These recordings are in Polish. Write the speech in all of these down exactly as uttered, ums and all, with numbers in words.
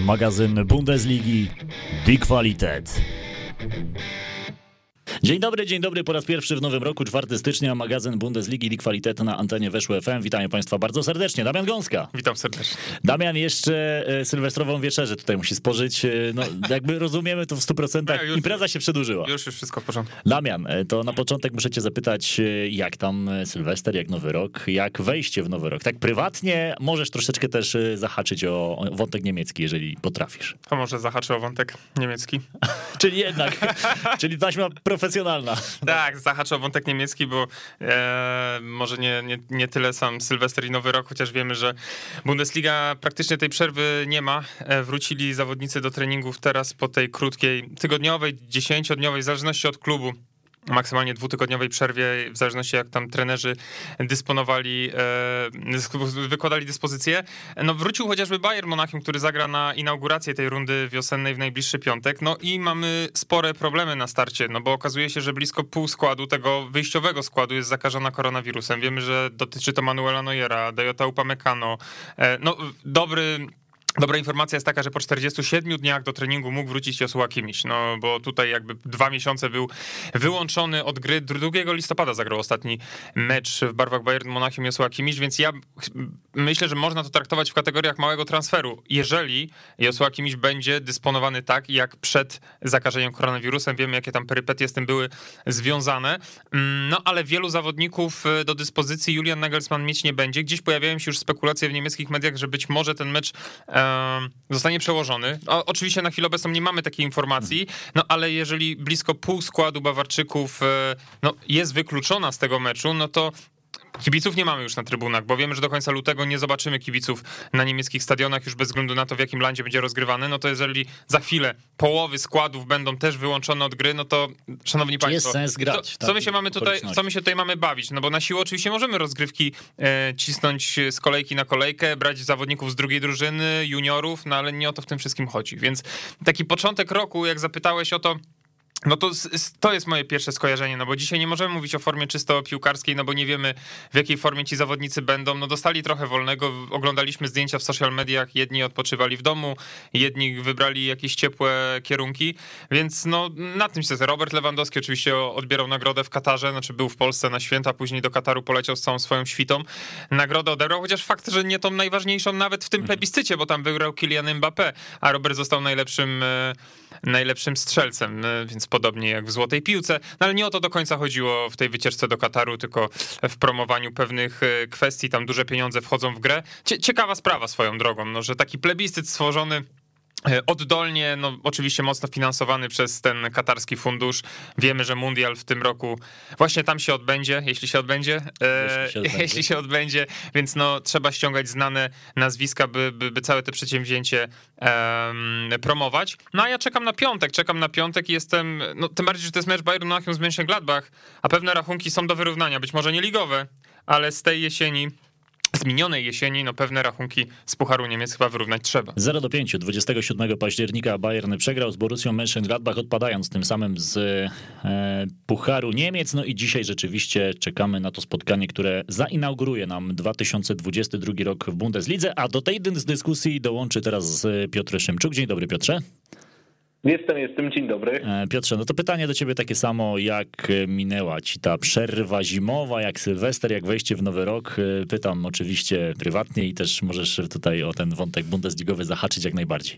magazyn Bundesligi Die Qualität. Dzień dobry, dzień dobry, po raz pierwszy w nowym roku, czwartego stycznia, magazyn Bundesligi Die Qualität na antenie Weszło F M. Witam Państwa bardzo serdecznie. Damian Gąska. Witam serdecznie. Damian jeszcze sylwestrową wieczerzę tutaj musi spożyć. No, jakby rozumiemy to w stu procentach. No, już, impreza się przedłużyła. Już, już wszystko w porządku. Damian, to na początek muszę cię zapytać, jak tam Sylwester, jak nowy rok, jak wejście w nowy rok? Tak prywatnie możesz troszeczkę też zahaczyć o, o wątek niemiecki, jeżeli potrafisz. To może zahaczę o wątek niemiecki. Czyli jednak, czyli taśma profesjonalna. Tak, zahaczę o wątek niemiecki, bo e, może nie, nie, nie tyle sam Sylwester i Nowy Rok, chociaż wiemy, że Bundesliga praktycznie tej przerwy nie ma. E, wrócili zawodnicy do treningów teraz po tej krótkiej, tygodniowej, dziesięciodniowej, w zależności od klubu, maksymalnie dwutygodniowej przerwie, w zależności jak tam trenerzy dysponowali, e, wykładali dyspozycje. No wrócił chociażby Bayern Monachium, który zagra na inaugurację tej rundy wiosennej w najbliższy piątek. No i mamy spore problemy na starcie, no bo okazuje się, że blisko pół składu, tego wyjściowego składu jest zakażona koronawirusem. Wiemy, że dotyczy to Manuela Neuera, Dayota Upamecano. E, no dobry... Dobra informacja jest taka, że po czterdziestu siedmiu dniach do treningu mógł wrócić Joshua Kimmich, no bo tutaj jakby dwa miesiące był wyłączony od gry. drugiego listopada zagrał ostatni mecz w barwach Bayern Monachium Joshua Kimmich, więc ja myślę, że można to traktować w kategoriach małego transferu, jeżeli Joshua Kimmich będzie dysponowany tak, jak przed zakażeniem koronawirusem. Wiemy, jakie tam perypetie z tym były związane, no ale wielu zawodników do dyspozycji Julian Nagelsmann mieć nie będzie. Gdzieś pojawiają się już spekulacje w niemieckich mediach, że być może ten mecz zostanie przełożony. O, oczywiście na chwilę obecną nie mamy takiej informacji, no ale jeżeli blisko pół składu Bawarczyków no, jest wykluczona z tego meczu, no to kibiców nie mamy już na trybunach, bo wiemy, że do końca lutego nie zobaczymy kibiców na niemieckich stadionach już bez względu na to, w jakim landzie będzie rozgrywany. No to jeżeli za chwilę połowy składów będą też wyłączone od gry, no to szanowni państwo, jest sens grać, to, co my się mamy tutaj, co my się tutaj mamy bawić? No bo na siłę oczywiście możemy rozgrywki e, cisnąć z kolejki na kolejkę, brać zawodników z drugiej drużyny, juniorów, no ale nie o to w tym wszystkim chodzi. Więc taki początek roku, jak zapytałeś o to, no to to jest moje pierwsze skojarzenie, no bo dzisiaj nie możemy mówić o formie czysto piłkarskiej, no bo nie wiemy, w jakiej formie ci zawodnicy będą. No dostali trochę wolnego, oglądaliśmy zdjęcia w social mediach, jedni odpoczywali w domu, jedni wybrali jakieś ciepłe kierunki, więc no na tym się Robert Lewandowski oczywiście odbierał nagrodę w Katarze, znaczy był w Polsce na święta, później do Kataru poleciał z całą swoją świtą. Nagrodę odebrał, chociaż fakt, że nie tą najważniejszą nawet w tym plebiscycie, bo tam wygrał Kylian Mbappé, a Robert został najlepszym, najlepszym strzelcem, więc podobnie jak w złotej piłce, no ale nie o to do końca chodziło w tej wycieczce do Kataru, tylko w promowaniu pewnych kwestii, tam duże pieniądze wchodzą w grę. Ciekawa sprawa swoją drogą, no, że taki plebiscyt stworzony oddolnie, no oczywiście mocno finansowany przez ten katarski fundusz. Wiemy, że mundial w tym roku właśnie tam się odbędzie, jeśli się odbędzie, jeśli się odbędzie, jeśli się odbędzie, więc no trzeba ściągać znane nazwiska, by, by, by całe to przedsięwzięcie um, promować. No a ja czekam na piątek, czekam na piątek i jestem, no tym bardziej, że to jest mecz Bayern Monachium z Mönchengladbach, a pewne rachunki są do wyrównania, być może nie ligowe, ale z tej jesieni, z minionej jesieni, no pewne rachunki z Pucharu Niemiec chyba wyrównać trzeba. zero do pięciu, dwudziestego siódmego października Bayern przegrał z Borussią Mönchengladbach, odpadając tym samym z e, Pucharu Niemiec. No i dzisiaj rzeczywiście czekamy na to spotkanie, które zainauguruje nam dwa tysiące dwudziesty drugi rok w Bundeslidze, a do tej dyskusji dołączy teraz Piotr Szymczuk. Dzień dobry, Piotrze. Jestem, jestem, dzień dobry. Piotrze, no to pytanie do ciebie takie samo, jak minęła ci ta przerwa zimowa, jak Sylwester, jak wejście w nowy rok? Pytam oczywiście prywatnie i też możesz tutaj o ten wątek bundesligowy zahaczyć jak najbardziej.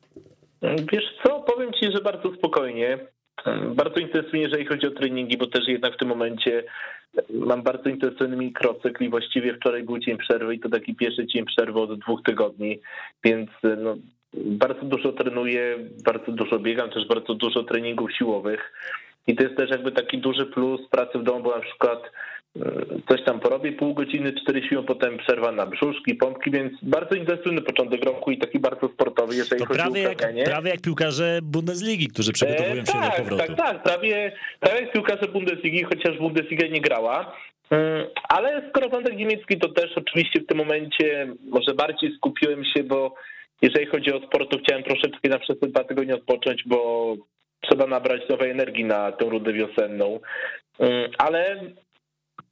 Wiesz co, powiem ci, że bardzo spokojnie, bardzo intensywnie, jeżeli chodzi o treningi, bo też jednak w tym momencie mam bardzo intensywny mikrocykl i właściwie wczoraj był dzień przerwy i to taki pierwszy dzień przerwy od dwóch tygodni, więc no bardzo dużo trenuję, bardzo dużo biegam, też bardzo dużo treningów siłowych i to jest też jakby taki duży plus pracy w domu, bo na przykład coś tam porobię pół godziny, cztery siły, potem przerwa na brzuszki, pompki, więc bardzo intensywny początek roku i taki bardzo sportowy, jeżeli to chodzi prawie o uprawianie. Jak, prawie jak piłkarze Bundesligi, którzy przygotowują e, się tak, do powrotu. Tak, tak, prawie, prawie jak piłkarze Bundesligi, chociaż Bundesliga nie grała. Ale skoro wątek niemiecki, to też oczywiście w tym momencie może bardziej skupiłem się, bo jeżeli chodzi o sport, to chciałem troszeczkę na przez te dwa tygodnie odpocząć, bo trzeba nabrać nowej energii na tę rundę wiosenną. Ale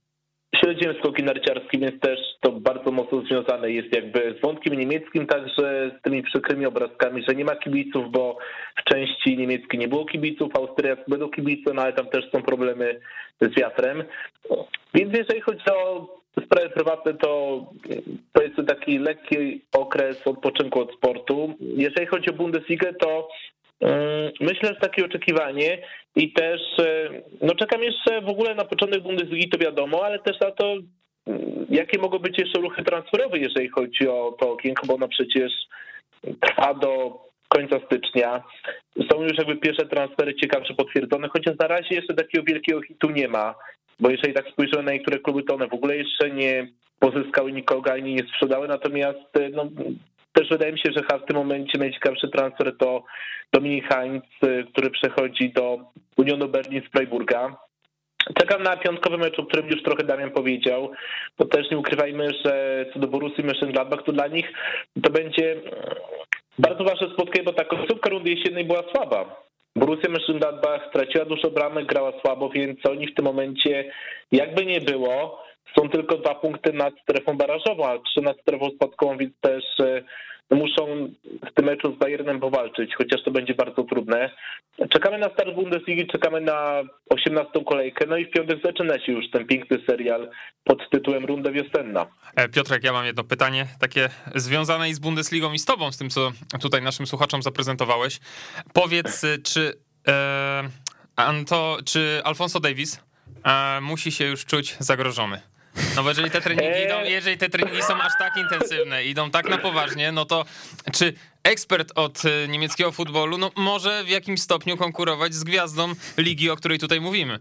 śledziłem skoki narciarskie, więc też to bardzo mocno związane jest jakby z wątkiem niemieckim, także z tymi przykrymi obrazkami, że nie ma kibiców, bo w części niemieckiej nie było kibiców, Austria będą kibice, no ale tam też są problemy z wiatrem. Więc jeżeli chodzi o sprawy prywatne, to to jest taki lekki okres odpoczynku od sportu. Jeżeli chodzi o Bundesligę, to myślę, że takie oczekiwanie i też no czekam jeszcze w ogóle na początek Bundesligi, to wiadomo, ale też na to, jakie mogą być jeszcze ruchy transferowe, jeżeli chodzi o to okienko, bo ono przecież trwa do końca stycznia. Są już jakby pierwsze transfery ciekawsze potwierdzone, chociaż na razie jeszcze takiego wielkiego hitu nie ma, bo jeżeli tak spojrzymy na niektóre kluby, to one w ogóle jeszcze nie pozyskały nikogo ani nie sprzedały, natomiast no też wydaje mi się, że w tym momencie najciekawszy transfer to Dominik Heinz, który przechodzi do Unionu Berlin z Freiburga. Czekam na piątkowy mecz, o którym już trochę Damian powiedział, bo też nie ukrywajmy, że co do Borussii Mönchengladbach, to dla nich to będzie bardzo ważne spotkanie, bo ta końcówka rundy jesiennej była słaba. Borussia Mönchengladbach straciła dużo bramek, grała słabo, więc oni w tym momencie, jakby nie było, są tylko dwa punkty nad strefą barażową, a trzy nad strefą spadkową, więc też muszą w tym meczu z Bayernem powalczyć, chociaż to będzie bardzo trudne. Czekamy na start Bundesligi, czekamy na osiemnastą kolejkę, no i w piątek zaczyna się już ten piękny serial pod tytułem Runda Wiosenna. Piotrek, ja mam jedno pytanie, takie związane i z Bundesligą i z tobą, z tym, co tutaj naszym słuchaczom zaprezentowałeś. Powiedz, czy, e, Anto, czy Alphonso Davies e, musi się już czuć zagrożony? No bo jeżeli te treningi idą, jeżeli te treningi są aż tak intensywne, idą tak na poważnie, no to czy ekspert od niemieckiego futbolu no, może w jakimś stopniu konkurować z gwiazdą ligi, o której tutaj mówimy?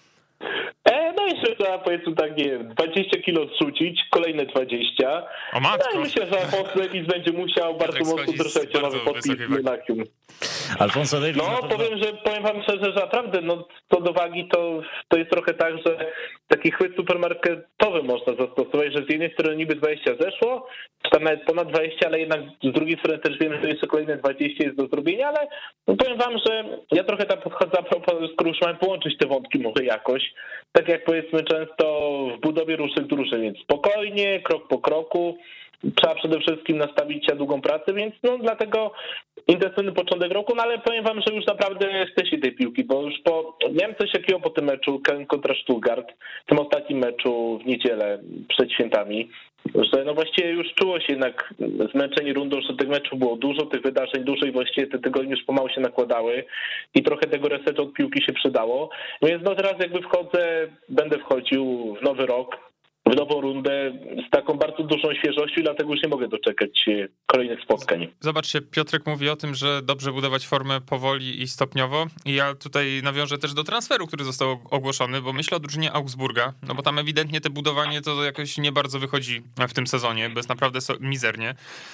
E, no jeszcze trzeba, powiedzmy tak, nie wiem, dwadzieścia kilo zrzucić, kolejne dwadzieścia. O matko. No i myślę, że Alfonso Davies będzie musiał bardzo mocno troszeczkę na nowy podpis z Monachium. Alfonso Davies. No pewno... powiem, że powiem wam szczerze, że naprawdę no, co do wagi to, to jest trochę tak, że taki chwyt supermarketowy można zastosować, że z jednej strony niby dwadzieścia zeszło, czy tam nawet ponad dwadzieścia, ale jednak z drugiej strony też wiemy, że jeszcze kolejne dwadzieścia jest do zrobienia, ale no, powiem wam, że ja trochę tak podchodzę a propos, skoro już mamy połączyć te wątki może jakoś, tak jak powiedzmy często w budowie różnych drużyn, więc spokojnie, krok po kroku. Trzeba przede wszystkim nastawić się na długą pracę, więc no dlatego intensywny początek roku, no ale powiem wam, że już naprawdę jesteście tej piłki, bo już po, miałem coś takiego po tym meczu Köln kontra Stuttgart, w tym ostatnim meczu w niedzielę przed świętami, że no właściwie już czuło się jednak zmęczenie rundą, że tych meczów było dużo, tych wydarzeń dużo i właściwie te tygodnie już pomału się nakładały i trochę tego resetu od piłki się przydało. Więc no teraz jakby wchodzę, będę wchodził w nowy rok, w nową rundę z taką bardzo dużą świeżością i dlatego już nie mogę doczekać się kolejnych spotkań. Zobaczcie, Piotrek mówi o tym, że dobrze budować formę powoli i stopniowo i ja tutaj nawiążę też do transferu, który został ogłoszony, bo myślę o drużynie Augsburga, no bo tam ewidentnie te budowanie to jakoś nie bardzo wychodzi w tym sezonie, bo jest naprawdę mizernie.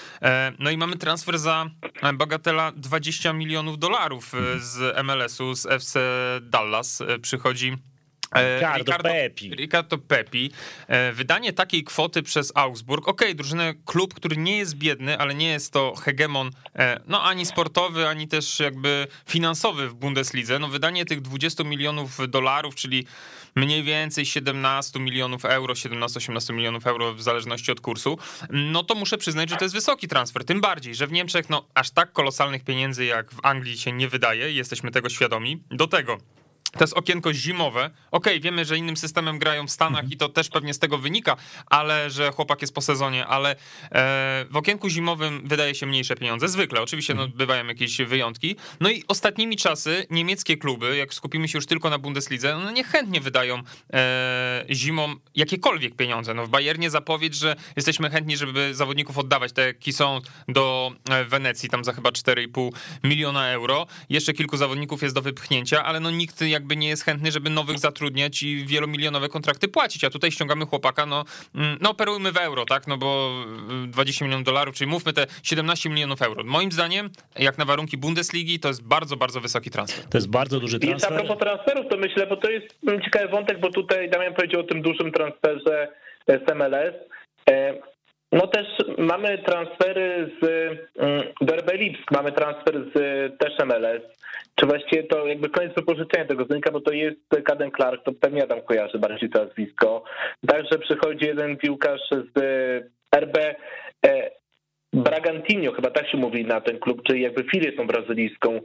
No i mamy transfer za bagatela dwadzieścia milionów dolarów z M L S-u, z F C Dallas. Przychodzi Ricardo, Ricardo Pepi. Ricardo Pepi. Wydanie takiej kwoty przez Augsburg. Okej, okay, drużynę, klub, który nie jest biedny, ale nie jest to hegemon, no ani sportowy, ani też jakby finansowy w Bundeslidze. No wydanie tych dwudziestu milionów dolarów, czyli mniej więcej siedemnaście milionów euro, siedemnaście osiemnaście milionów euro w zależności od kursu, no to muszę przyznać, że to jest wysoki transfer. Tym bardziej, że w Niemczech no aż tak kolosalnych pieniędzy jak w Anglii się nie wydaje. Jesteśmy tego świadomi. Do tego to jest okienko zimowe. Okej, okay, wiemy, że innym systemem grają w Stanach i to też pewnie z tego wynika, ale że chłopak jest po sezonie, ale w okienku zimowym wydaje się mniejsze pieniądze. Zwykle, oczywiście no, bywają jakieś wyjątki. No i ostatnimi czasy niemieckie kluby, jak skupimy się już tylko na Bundeslidze, no niechętnie wydają e, zimą jakiekolwiek pieniądze. No w Bayernie zapowiedź, że jesteśmy chętni, żeby zawodników oddawać, te jaki są do Wenecji, tam za chyba cztery i pół miliona euro. Jeszcze kilku zawodników jest do wypchnięcia, ale no nikt jak jakby nie jest chętny, żeby nowych zatrudniać i wielomilionowe kontrakty płacić, a tutaj ściągamy chłopaka, no, no operujmy w euro, tak, no bo dwadzieścia milionów dolarów, czyli mówmy te siedemnaście milionów euro. Moim zdaniem, jak na warunki Bundesligi, to jest bardzo, bardzo wysoki transfer. To jest bardzo duży transfer. I a propos transferów, to myślę, bo to jest ciekawy wątek, bo tutaj Damian powiedział o tym dużym transferze z M L S. No też mamy transfery z do R B Lipsk, mamy transfer z też M L S. Czy właściwie to jakby koniec wypożyczenia tego zynka, bo to jest Caden Clark, to pewnie ja tam kojarzę bardziej to nazwisko. Także przychodzi jeden piłkarz z R B Bragantino, chyba tak się mówi na ten klub, czyli jakby filię tą brazylijską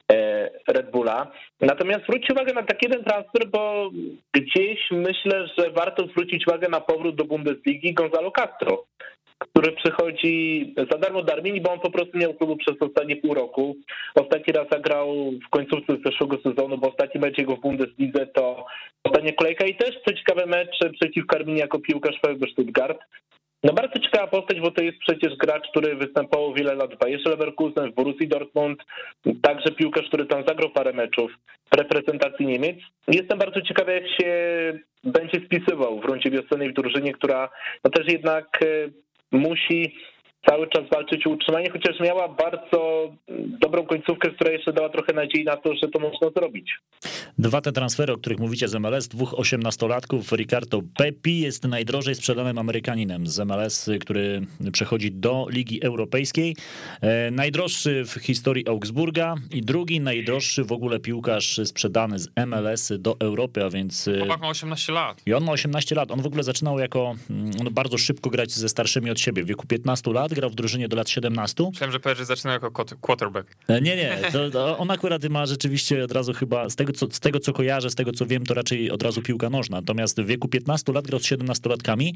Red Bulla. Natomiast zwróćcie uwagę na taki jeden transfer, bo gdzieś myślę, że warto zwrócić uwagę na powrót do Bundesligi Gonzalo Castro, który przychodzi za darmo do Armenii, bo on po prostu miał klubu przez ostatnie pół roku. Ostatni raz zagrał w końcówce zeszłego sezonu, bo ostatni mecz jego w Bundeslidze to ostatnia kolejka i też co ciekawe mecz przeciwko Armenii jako piłkarz VfB Stuttgart. No bardzo ciekawa postać, bo to jest przecież gracz, który występował wiele lat w Bayerze Leverkusen, w Borussii Dortmund, także piłkarz, który tam zagrał parę meczów w reprezentacji Niemiec. Jestem bardzo ciekawy, jak się będzie spisywał w rundzie wiosennej w drużynie, która no też jednak musi cały czas walczyć o utrzymanie, chociaż miała bardzo dobrą końcówkę, która jeszcze dała trochę nadziei na to, że to można zrobić. Dwa te transfery, o których mówicie z M L S, dwóch osiemnastolatków, Ricardo Pepi jest najdrożej sprzedanym Amerykaninem z M L S, który przechodzi do Ligi Europejskiej. E, najdroższy w historii Augsburga i drugi najdroższy w ogóle piłkarz sprzedany z M L S do Europy, a więc... Chłopak ma osiemnaście lat. I on ma osiemnaście lat. On w ogóle zaczynał jako on bardzo szybko grać ze starszymi od siebie. W wieku piętnastu lat grał w drużynie do lat siedemnastu. Myślałem, że powiesz, że zaczynał jako quarterback. Nie, nie. To, to on akurat ma rzeczywiście od razu chyba, z tego, co, z tego co kojarzę, z tego co wiem, to raczej od razu piłka nożna. Natomiast w wieku piętnastu lat grał z siedemnastolatkami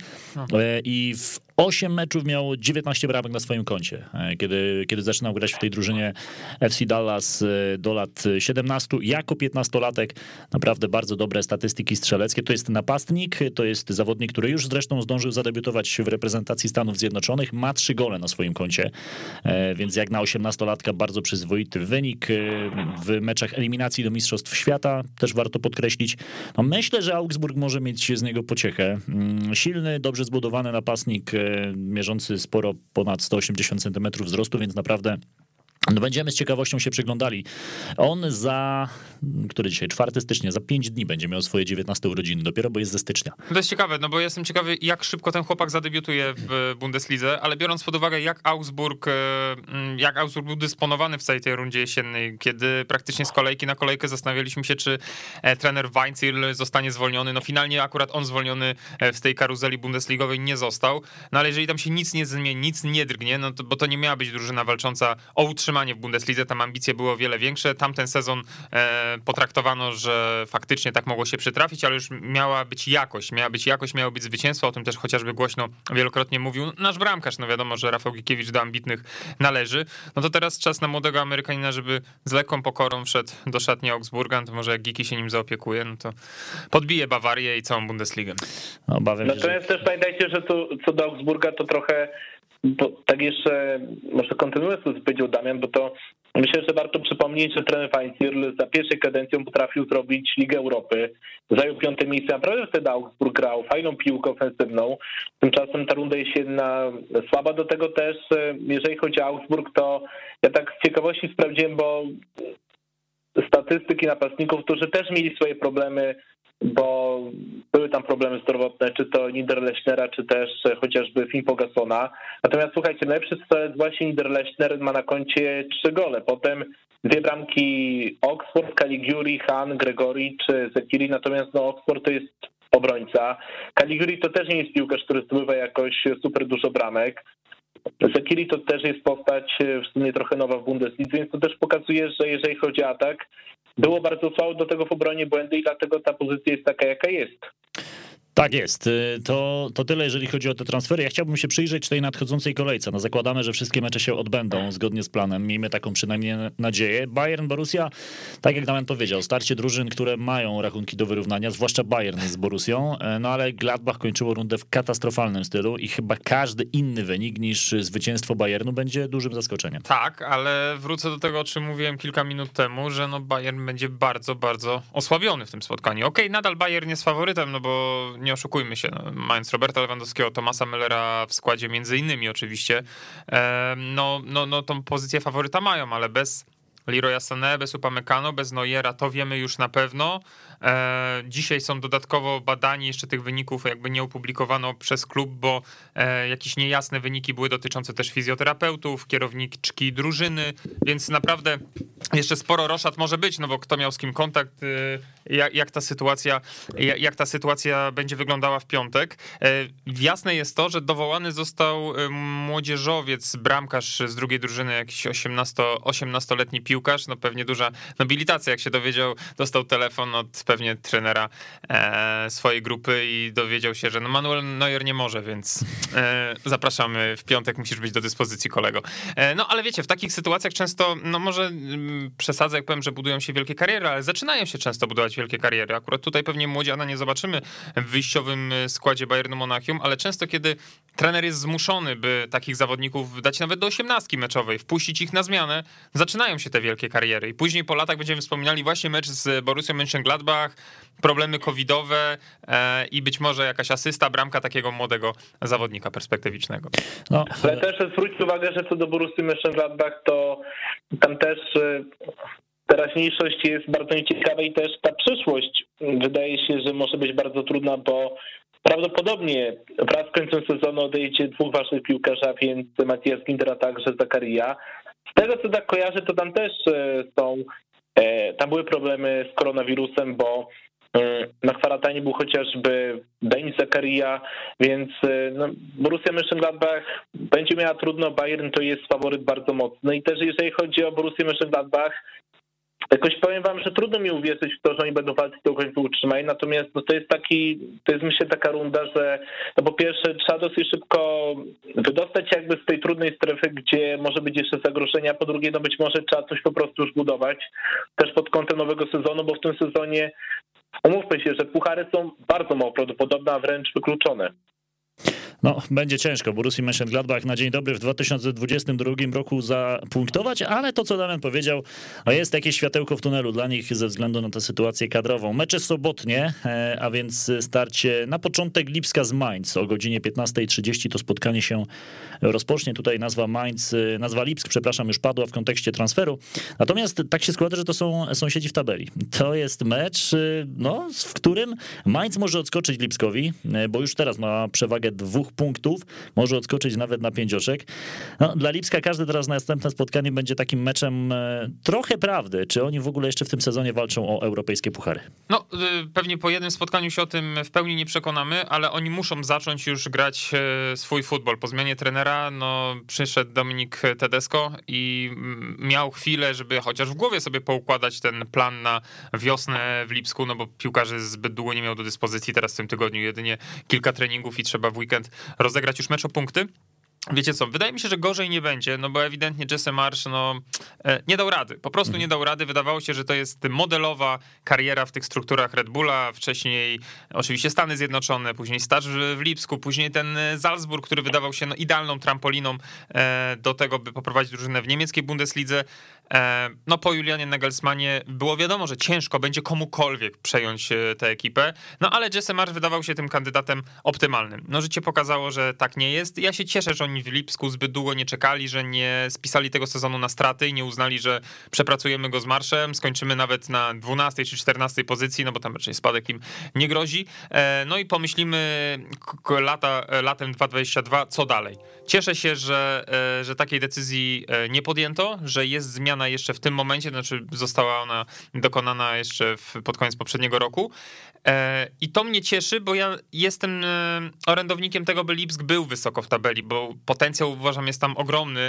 i w osiem meczów miał dziewiętnaście bramek na swoim koncie. Kiedy, kiedy zaczynał grać w tej drużynie F C Dallas do lat siedemnastu, jako piętnastolatek naprawdę bardzo dobre statystyki strzeleckie. To jest napastnik, to jest zawodnik, który już zresztą zdążył zadebiutować w reprezentacji Stanów Zjednoczonych, ma trzy gole na swoim koncie, więc jak na osiemnastolatka bardzo przyzwoity wynik w meczach eliminacji do Mistrzostw Świata, też warto podkreślić. No myślę, że Augsburg może mieć z niego pociechę. Silny, dobrze zbudowany napastnik, mierzący sporo ponad sto osiemdziesiąt centymetrów wzrostu, więc naprawdę no będziemy z ciekawością się przyglądali. On za, który dzisiaj, czwartego stycznia, za pięć dni będzie miał swoje dziewiętnaste urodziny dopiero, bo jest ze stycznia. To jest ciekawe, no bo jestem ciekawy, jak szybko ten chłopak zadebiutuje w Bundeslidze, ale biorąc pod uwagę, jak Augsburg, jak Augsburg był dysponowany w całej tej rundzie jesiennej, kiedy praktycznie z kolejki na kolejkę zastanawialiśmy się, czy trener Weinzierl zostanie zwolniony. No finalnie akurat on zwolniony w tej karuzeli bundesligowej nie został, no ale jeżeli tam się nic nie zmieni, nic nie drgnie, no to, bo to nie miała być drużyna walcząca o utrzymanie w Bundeslidze, tam ambicje były o wiele większe. Tamten sezon e, potraktowano, że faktycznie tak mogło się przytrafić, ale już miała być jakość, miała być jakość, miało być zwycięstwo, o tym też chociażby głośno wielokrotnie mówił nasz bramkarz, no wiadomo, że Rafał Gikiewicz do ambitnych należy. No to teraz czas na młodego Amerykanina, żeby z lekką pokorą wszedł do szatni Augsburga, no to może jak Giki się nim zaopiekuje, no to podbije Bawarię i całą Bundesligę. No, obawiam się, Natomiast że... też pamiętajcie, że to, co do Augsburga, to trochę bo tak jeszcze, może kontynuując to, co powiedział Damian, bo to myślę, że warto przypomnieć, że trener Weinzierl za pierwszej kadencją potrafił zrobić Ligę Europy, zajął piąte miejsce, naprawdę wtedy Augsburg grał fajną piłkę ofensywną, tymczasem ta runda jesienna słaba, do tego też, jeżeli chodzi o Augsburg, to ja tak z ciekawości sprawdziłem, bo statystyki napastników, którzy też mieli swoje problemy, bo były tam problemy zdrowotne, czy to Niederlechnera, czy też chociażby Finn Pogassona. Natomiast słuchajcie, najlepszy strzelec właśnie Niederlechner ma na koncie trzy gole. Potem dwie bramki Oxford, Caligiuri, Han, Gregori czy Zekiri. Natomiast no, Oxford to jest obrońca. Caligiuri to też nie jest piłkarz, który zdobywa jakoś super dużo bramek. Zekiri to też jest postać w sumie trochę nowa w Bundeslidze, więc to też pokazuje, że jeżeli chodzi o atak, było bardzo słabo, do tego w obronie błędy i dlatego ta pozycja jest taka, jaka jest. Tak jest. To, to tyle, jeżeli chodzi o te transfery. Ja chciałbym się przyjrzeć tej nadchodzącej kolejce. No zakładamy, że wszystkie mecze się odbędą zgodnie z planem. Miejmy taką przynajmniej nadzieję. Bayern, Borussia, tak jak Damian powiedział, starcie drużyn, które mają rachunki do wyrównania, zwłaszcza Bayern z Borussią, no ale Gladbach kończyło rundę w katastrofalnym stylu i chyba każdy inny wynik niż zwycięstwo Bayernu będzie dużym zaskoczeniem. Tak, ale wrócę do tego, o czym mówiłem kilka minut temu, że no Bayern będzie bardzo, bardzo osłabiony w tym spotkaniu. Okej, nadal Bayern jest faworytem, no bo nie oszukujmy się, no, mając Roberta Lewandowskiego, Thomasa Müllera w składzie między innymi oczywiście, no, no, no tą pozycję faworyta mają, ale bez Leroya Sané, bez Upamecano, bez Neuera, to wiemy już na pewno. Dzisiaj są dodatkowo badani, jeszcze tych wyników jakby nie opublikowano przez klub, bo jakieś niejasne wyniki były dotyczące też fizjoterapeutów, kierowniczki drużyny, więc naprawdę jeszcze sporo roszad może być, no bo kto miał z kim kontakt, jak, jak ta sytuacja, jak, jak ta sytuacja będzie wyglądała w piątek. Jasne jest to, że dowołany został młodzieżowiec, bramkarz z drugiej drużyny, jakiś osiemnastoletni piłkarz, no pewnie duża nobilitacja, jak się dowiedział, dostał telefon od pewnie trenera e, swojej grupy i dowiedział się, że no Manuel Neuer nie może, więc e, zapraszamy w piątek, musisz być do dyspozycji, kolego. E, no ale wiecie, w takich sytuacjach często, no może m, przesadzę, jak powiem, że budują się wielkie kariery, ale zaczynają się często budować wielkie kariery. Akurat tutaj pewnie młodziana nie zobaczymy w wyjściowym składzie Bayernu Monachium, ale często kiedy trener jest zmuszony, by takich zawodników dać nawet do osiemnastki meczowej, wpuścić ich na zmianę, zaczynają się te wielkie kariery i później po latach będziemy wspominali właśnie mecz z Borussią Mönchengladbach, problemy covidowe e, i być może jakaś asysta, bramka takiego młodego zawodnika perspektywicznego. No. Ale też zwróćcie uwagę, że co do Borussii Mönchengladbach, to tam też teraźniejszość jest bardzo nieciekawa i też ta przyszłość wydaje się, że może być bardzo trudna, bo prawdopodobnie wraz z końcem sezonu odejdzie dwóch waszych piłkarzy, a więc Matthias Ginter, a także Zakaria. Z tego co tak kojarzę, to tam też są Tam były problemy z koronawirusem, bo na kwarantannie był chociażby Denis Zakaria, więc no, Borussia Mönchengladbach będzie miała trudno, Bayern to jest faworyt bardzo mocny i też jeżeli chodzi o Borussię Mönchengladbach, jakoś powiem wam, że trudno mi uwierzyć w to, że oni będą walczyć do końca utrzymania, natomiast no, to jest taki, to jest myślę taka runda, że no po pierwsze trzeba dosyć szybko wydostać jakby z tej trudnej strefy, gdzie może być jeszcze zagrożenie, a po drugie no być może trzeba coś po prostu już budować, też pod kątem nowego sezonu, bo w tym sezonie umówmy się, że puchary są bardzo mało prawdopodobne, a wręcz wykluczone. No, będzie ciężko Borussii Mönchengladbach na dzień dobry w dwa tysiące dwudziestym drugim roku zapunktować, ale to, co Damian powiedział, no jest jakieś światełko w tunelu dla nich ze względu na tę sytuację kadrową. Mecze sobotnie, a więc starcie na początek Lipska z Mainz o godzinie piętnasta trzydzieści to spotkanie się rozpocznie. Tutaj nazwa Mainz, nazwa Lipsk, przepraszam, już padła w kontekście transferu. Natomiast tak się składa, że to są sąsiedzi w tabeli. To jest mecz, no, w którym Mainz może odskoczyć Lipskowi, bo już teraz ma przewagę dwóch punktów, może odskoczyć nawet na pięć oczek. No, dla Lipska każde teraz następne spotkanie będzie takim meczem trochę prawdy. Czy oni w ogóle jeszcze w tym sezonie walczą o europejskie puchary? No, pewnie po jednym spotkaniu się o tym w pełni nie przekonamy, ale oni muszą zacząć już grać swój futbol. Po zmianie trenera, no, przyszedł Dominik Tedesco i miał chwilę, żeby chociaż w głowie sobie poukładać ten plan na wiosnę w Lipsku, no bo piłkarzy zbyt długo nie miał do dyspozycji. Teraz w tym tygodniu jedynie kilka treningów i trzeba w weekend rozegrać już mecz o punkty. Wiecie co, wydaje mi się, że gorzej nie będzie, no bo ewidentnie Jesse Marsch no, nie dał rady, po prostu nie dał rady. Wydawało się, że to jest modelowa kariera w tych strukturach Red Bulla, wcześniej oczywiście Stany Zjednoczone, później staż w Lipsku, później ten Salzburg, który wydawał się no, idealną trampoliną do tego, by poprowadzić drużynę w niemieckiej Bundeslidze. No po Julianie Nagelsmanie było wiadomo, że ciężko będzie komukolwiek przejąć tę ekipę, no ale Jesse Marsch wydawał się tym kandydatem optymalnym. No życie pokazało, że tak nie jest. Ja się cieszę, że oni w Lipsku zbyt długo nie czekali, że nie spisali tego sezonu na straty i nie uznali, że przepracujemy go z Marszem, skończymy nawet na dwunastej czy czternastej pozycji, no bo tam raczej spadek im nie grozi. No i pomyślimy lata, latem dwa tysiące dwudziestym drugim, co dalej. Cieszę się, że, że takiej decyzji nie podjęto, że jest zmiana jeszcze w tym momencie, znaczy została ona dokonana jeszcze w, pod koniec poprzedniego roku. I to mnie cieszy, bo ja jestem orędownikiem tego, by Lipsk był wysoko w tabeli, bo potencjał uważam jest tam ogromny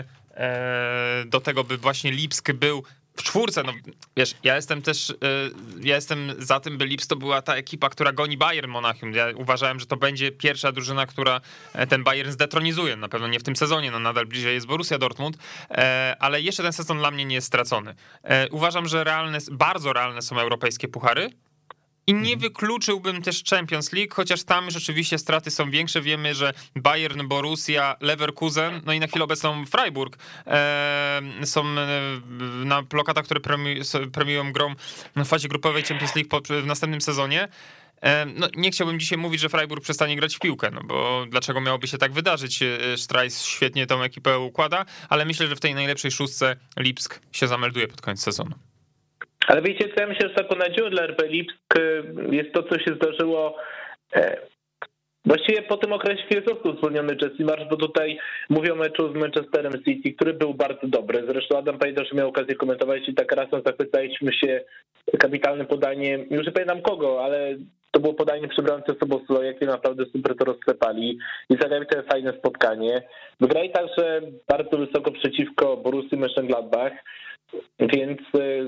do tego, by właśnie Lipsk był w czwórce. No wiesz, ja jestem też, ja jestem za tym, by Lipsk to była ta ekipa, która goni Bayern Monachium. Ja uważałem, że to będzie pierwsza drużyna, która ten Bayern zdetronizuje. Na pewno nie w tym sezonie, no nadal bliżej jest Borussia Dortmund, ale jeszcze ten sezon dla mnie nie jest stracony. Uważam, że realne, bardzo realne są europejskie puchary. I nie wykluczyłbym też Champions League, chociaż tam już oczywiście straty są większe. Wiemy, że Bayern, Borussia, Leverkusen, no i na chwilę obecną Freiburg e, są na plakatach, które premiują grą w fazie grupowej Champions League w następnym sezonie. No, nie chciałbym dzisiaj mówić, że Freiburg przestanie grać w piłkę, no bo dlaczego miałoby się tak wydarzyć? Strajs świetnie tą ekipę układa, ale myślę, że w tej najlepszej szóstce Lipsk się zamelduje pod koniec sezonu. Ale wiecie co, ja myślę, że taką nadzieją dla R B Lipsk jest to, co się zdarzyło właściwie po tym okresie, kiedy został zwolniony Jesse Marsch, bo tutaj mówię o meczu z Manchesterem City, który był bardzo dobry. Zresztą Adam pamięta, że miał okazję komentować i tak razem zachwycaliśmy się kapitalnym podaniem, już nie pamiętam kogo, ale to było podanie przy bramce Soboslo, jakie naprawdę super to rozklepali i zagrali to fajne spotkanie. Wygrali także bardzo wysoko przeciwko Borussii Mönchengladbach, więc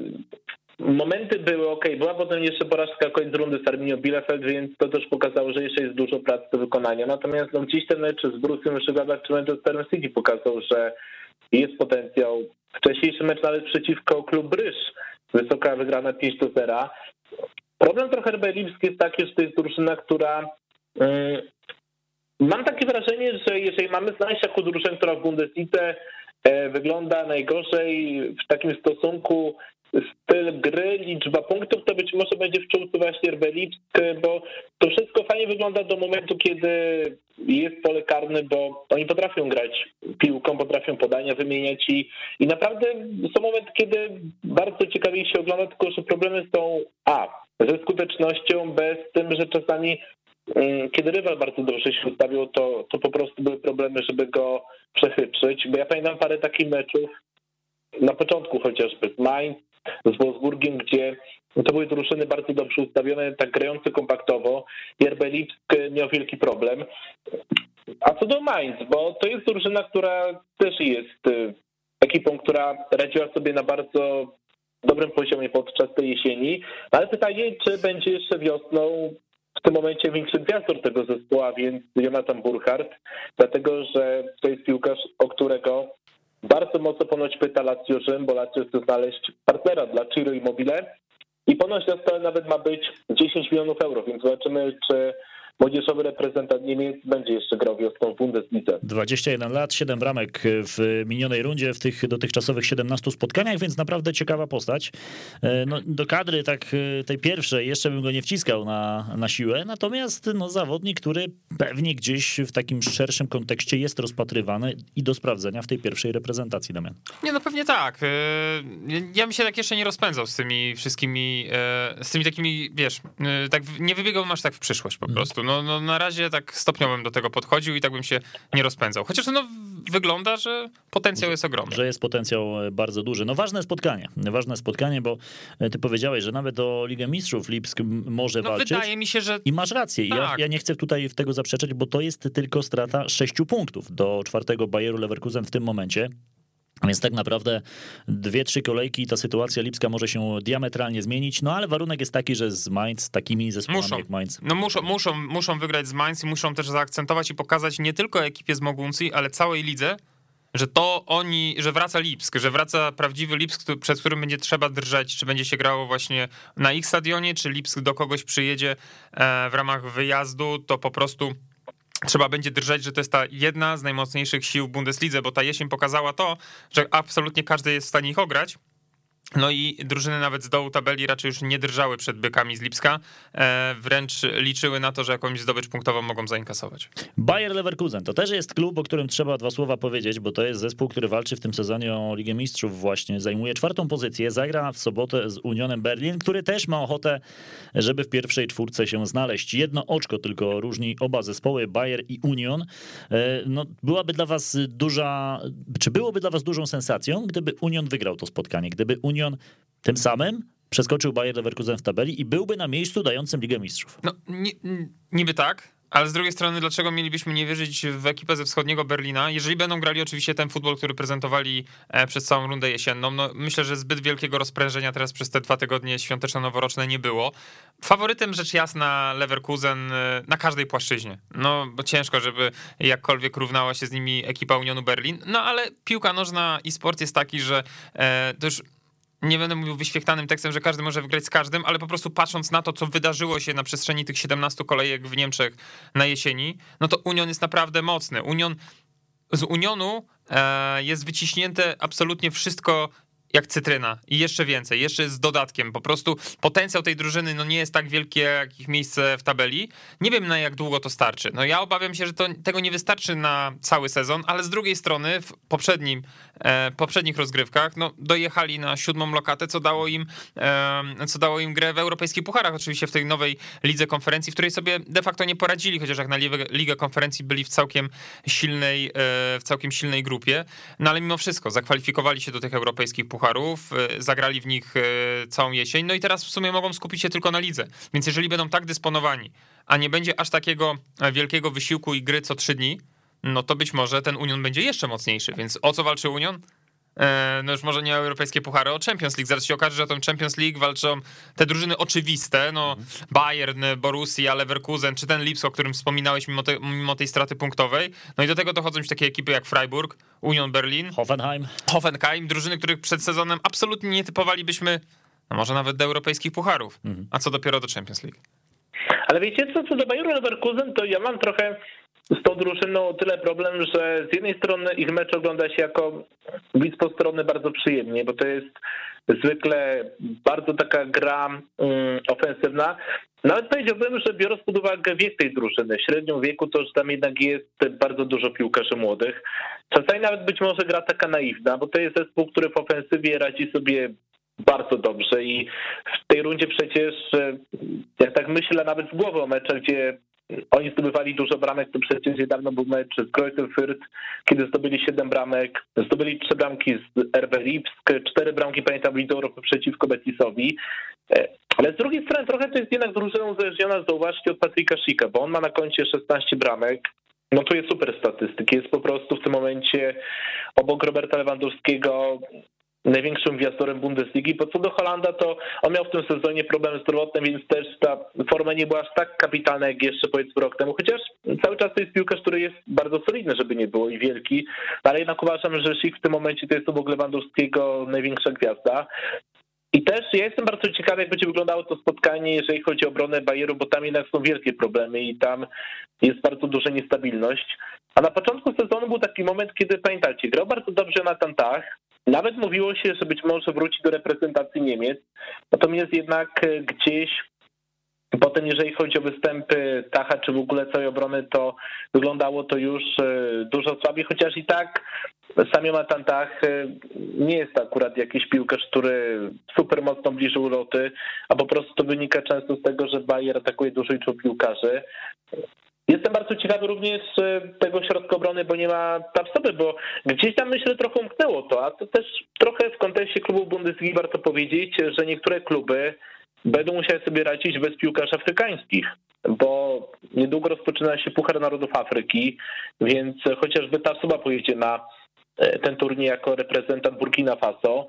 momenty były ok. Była potem jeszcze porażka koniec rundy z Arminią Bielefeld, więc to też pokazało, że jeszcze jest dużo pracy do wykonania. Natomiast no, gdzieś ten mecz z Borussią Mönchengladbach czy Manchesterem City pokazał, że jest potencjał. Wcześniejszy mecz nawet przeciwko Klub Bryż, wysoka wygrana pięć do zera. Problem trochę R B Lipsk jest taki, że to jest drużyna, która... Yy, mam takie wrażenie, że jeżeli mamy znaleźć taką drużynę, która w Bundeslidze yy, wygląda najgorzej w takim stosunku styl gry, liczba punktów, to być może będzie w czołówce właśnie R B Lipsk, bo to wszystko fajnie wygląda do momentu, kiedy jest pole karne, bo oni potrafią grać piłką, potrafią podania wymieniać i, i naprawdę są momenty, kiedy bardzo ciekawie się ogląda, tylko że problemy są a, ze skutecznością, b, z tym, że czasami kiedy rywal bardzo dobrze się ustawił, to, to po prostu były problemy, żeby go przechytrzyć, bo ja pamiętam parę takich meczów, na początku chociażby z Mainz, z Wolfsburgiem, gdzie to były drużyny bardzo dobrze ustawione, tak grające kompaktowo i R B Lipsk miał wielki problem. A co do Mainz, bo to jest drużyna, która też jest ekipą, która radziła sobie na bardzo dobrym poziomie podczas tej jesieni, ale pytanie, czy będzie jeszcze wiosną w tym momencie większy gwiazdor tego zespołu, a więc Jonathan Burkhardt, dlatego że to jest piłkarz, o którego bardzo mocno ponoć pyta Lazio Rzym, bo Lazio chce znaleźć partnera dla Ciro Immobile i ponoć na stole nawet ma być dziesięć milionów euro, więc zobaczymy, czy młodzieżowy reprezentant Niemiec będzie jeszcze grał wiosną w Bundeslidze. dwadzieścia jeden lat, siedem bramek w minionej rundzie w tych dotychczasowych siedemnastu spotkaniach, więc naprawdę ciekawa postać. No, do kadry tak tej pierwszej jeszcze bym go nie wciskał na, na siłę, natomiast no, zawodnik, który pewnie gdzieś w takim szerszym kontekście jest rozpatrywany i do sprawdzenia w tej pierwszej reprezentacji, Damian. Nie, no pewnie tak. Ja bym się tak jeszcze nie rozpędzał z tymi wszystkimi, z tymi takimi, wiesz, tak nie wybiegał aż tak w przyszłość po prostu. No, no na razie tak stopniowo bym do tego podchodził i tak bym się nie rozpędzał. Chociaż no wygląda, że potencjał jest ogromny. Że jest potencjał bardzo duży. No ważne spotkanie. Ważne spotkanie, bo ty powiedziałeś, że nawet o Ligę Mistrzów Lipsk może no, walczyć. Wydaje mi się, że... I masz rację. Tak. Ja, ja nie chcę tutaj w tego zaprzeczać, bo to jest tylko strata sześciu punktów do czwartego Bayeru Leverkusen w tym momencie. Więc tak naprawdę dwie, trzy kolejki i ta sytuacja Lipska może się diametralnie zmienić, no ale warunek jest taki, że z Mainz, takimi zespołami muszą, jak Mainz. No muszą, muszą, muszą wygrać z Mainz i muszą też zaakcentować i pokazać nie tylko ekipie z Moguncji, ale całej lidze, że to oni, że wraca Lipsk, że wraca prawdziwy Lipsk, przed którym będzie trzeba drżeć, czy będzie się grało właśnie na ich stadionie, czy Lipsk do kogoś przyjedzie w ramach wyjazdu, to po prostu... Trzeba będzie drżeć, że to jest ta jedna z najmocniejszych sił w Bundeslidze, bo ta jesień pokazała to, że absolutnie każdy jest w stanie ich ograć. No i drużyny nawet z dołu tabeli raczej już nie drżały przed bykami z Lipska, wręcz liczyły na to, że jakąś zdobycz punktową mogą zainkasować. Bayer Leverkusen to też jest klub, o którym trzeba dwa słowa powiedzieć, bo to jest zespół, który walczy w tym sezonie o Ligę Mistrzów właśnie, zajmuje czwartą pozycję, zagra w sobotę z Unionem Berlin, który też ma ochotę, żeby w pierwszej czwórce się znaleźć. Jedno oczko tylko różni oba zespoły, Bayer i Union. No, byłaby dla was duża, czy byłoby dla was dużą sensacją, gdyby Union wygrał to spotkanie, gdyby Union tym samym przeskoczył Bayer Leverkusen w tabeli i byłby na miejscu dającym Ligę Mistrzów. No niby tak, ale z drugiej strony dlaczego mielibyśmy nie wierzyć w ekipę ze wschodniego Berlina, jeżeli będą grali oczywiście ten futbol, który prezentowali przez całą rundę jesienną. No myślę, że zbyt wielkiego rozprężenia teraz przez te dwa tygodnie świąteczno-noworoczne nie było. Faworytem rzecz jasna Leverkusen na każdej płaszczyźnie. No bo ciężko, żeby jakkolwiek równała się z nimi ekipa Unionu Berlin. No ale piłka nożna i sport jest taki, że to już nie będę mówił wyświechtanym tekstem, że każdy może wygrać z każdym, ale po prostu patrząc na to, co wydarzyło się na przestrzeni tych siedemnastu kolejek w Niemczech na jesieni, no to Union jest naprawdę mocny. Union, z Unionu e, jest wyciśnięte absolutnie wszystko jak cytryna i jeszcze więcej, jeszcze z dodatkiem. Po prostu potencjał tej drużyny no nie jest tak wielkie jak ich miejsce w tabeli. Nie wiem, na jak długo to starczy. No ja obawiam się, że to, tego nie wystarczy na cały sezon, ale z drugiej strony w poprzednim, e, poprzednich rozgrywkach no dojechali na siódmą lokatę, co dało im e, co dało im grę w europejskich pucharach, oczywiście w tej nowej lidze konferencji, w której sobie de facto nie poradzili, chociaż jak na ligę, ligę konferencji byli w całkiem silnej e, w całkiem silnej grupie, no ale mimo wszystko zakwalifikowali się do tych europejskich pucharów pucharów, zagrali w nich całą jesień, no i teraz w sumie mogą skupić się tylko na lidze. Więc jeżeli będą tak dysponowani, a nie będzie aż takiego wielkiego wysiłku i gry co trzy dni, no to być może ten Union będzie jeszcze mocniejszy. Więc o co walczy Union? No już może nie o europejskie puchary, o Champions League. Zaraz się okaże, że o tą Champions League walczą te drużyny oczywiste, no Bayern, Borussia, Leverkusen, czy ten Lipsk, o którym wspominałeś mimo, te, mimo tej straty punktowej. No i do tego dochodzą już takie ekipy jak Freiburg, Union Berlin, Hoffenheim. Hoffenheim, drużyny, których przed sezonem absolutnie nie typowalibyśmy, no może nawet do europejskich pucharów, mhm. a co dopiero do Champions League. Ale wiecie co, co do Bayernu Leverkusen, to ja mam trochę z tą drużyną tyle problem, że z jednej strony ich mecz ogląda się jako widz postronny bardzo przyjemnie, bo to jest zwykle bardzo taka gra um, ofensywna. Nawet powiedziałbym, że biorąc pod uwagę wiek tej drużyny, średnią wieku, to że tam jednak jest bardzo dużo piłkarzy młodych. Czasami nawet być może gra taka naiwna, bo to jest zespół, który w ofensywie radzi sobie bardzo dobrze i w tej rundzie przecież, jak tak myślę nawet z głowy o meczach, gdzie oni zdobywali dużo bramek, to przecież niedawno był mecz z Greuther Fürth, kiedy zdobyli siedem bramek, zdobyli trzy bramki z R B Lipsk, cztery bramki, pamiętam, w Lidze Europy przeciwko Betisowi. Ale z drugiej strony trochę to jest jednak drużyną uzależniona, zauważcie, od Patryka Schicka, bo on ma na koncie szesnaście bramek. No to jest super statystyki, jest po prostu w tym momencie obok Roberta Lewandowskiego największym gwiazdorem Bundesligi, bo co do Holanda, to on miał w tym sezonie problemy zdrowotne, więc też ta forma nie była aż tak kapitalna jak jeszcze powiedzmy rok temu, chociaż cały czas to jest piłkarz, który jest bardzo solidny, żeby nie było i wielki, ale jednak uważam, że Schick w tym momencie to jest obok Lewandowskiego największa gwiazda. I też ja jestem bardzo ciekawy, jak będzie wyglądało to spotkanie, jeżeli chodzi o obronę Bayeru, bo tam jednak są wielkie problemy i tam jest bardzo duża niestabilność. A na początku sezonu był taki moment, kiedy, pamiętacie, grał bardzo dobrze na Tantach. Nawet mówiło się, że być może wróci do reprezentacji Niemiec. Natomiast jednak gdzieś potem, jeżeli chodzi o występy Tacha, czy w ogóle całej obrony, to wyglądało to już dużo słabiej, chociaż i tak Samio Matantach nie jest akurat jakiś piłkarz, który super mocno bliżył loty, a po prostu to wynika często z tego, że Bayer atakuje dużo liczbą piłkarzy. Jestem bardzo ciekawy również tego środka obrony, bo nie ma Tapsoby, bo gdzieś tam myślę trochę umknęło to, a to też trochę w kontekście klubów Bundesligi warto powiedzieć, że niektóre kluby będą musiały sobie radzić bez piłkarzy afrykańskich, bo niedługo rozpoczyna się Puchar Narodów Afryki, więc chociażby Tapsoba pojedzie na ten turniej jako reprezentant Burkina Faso.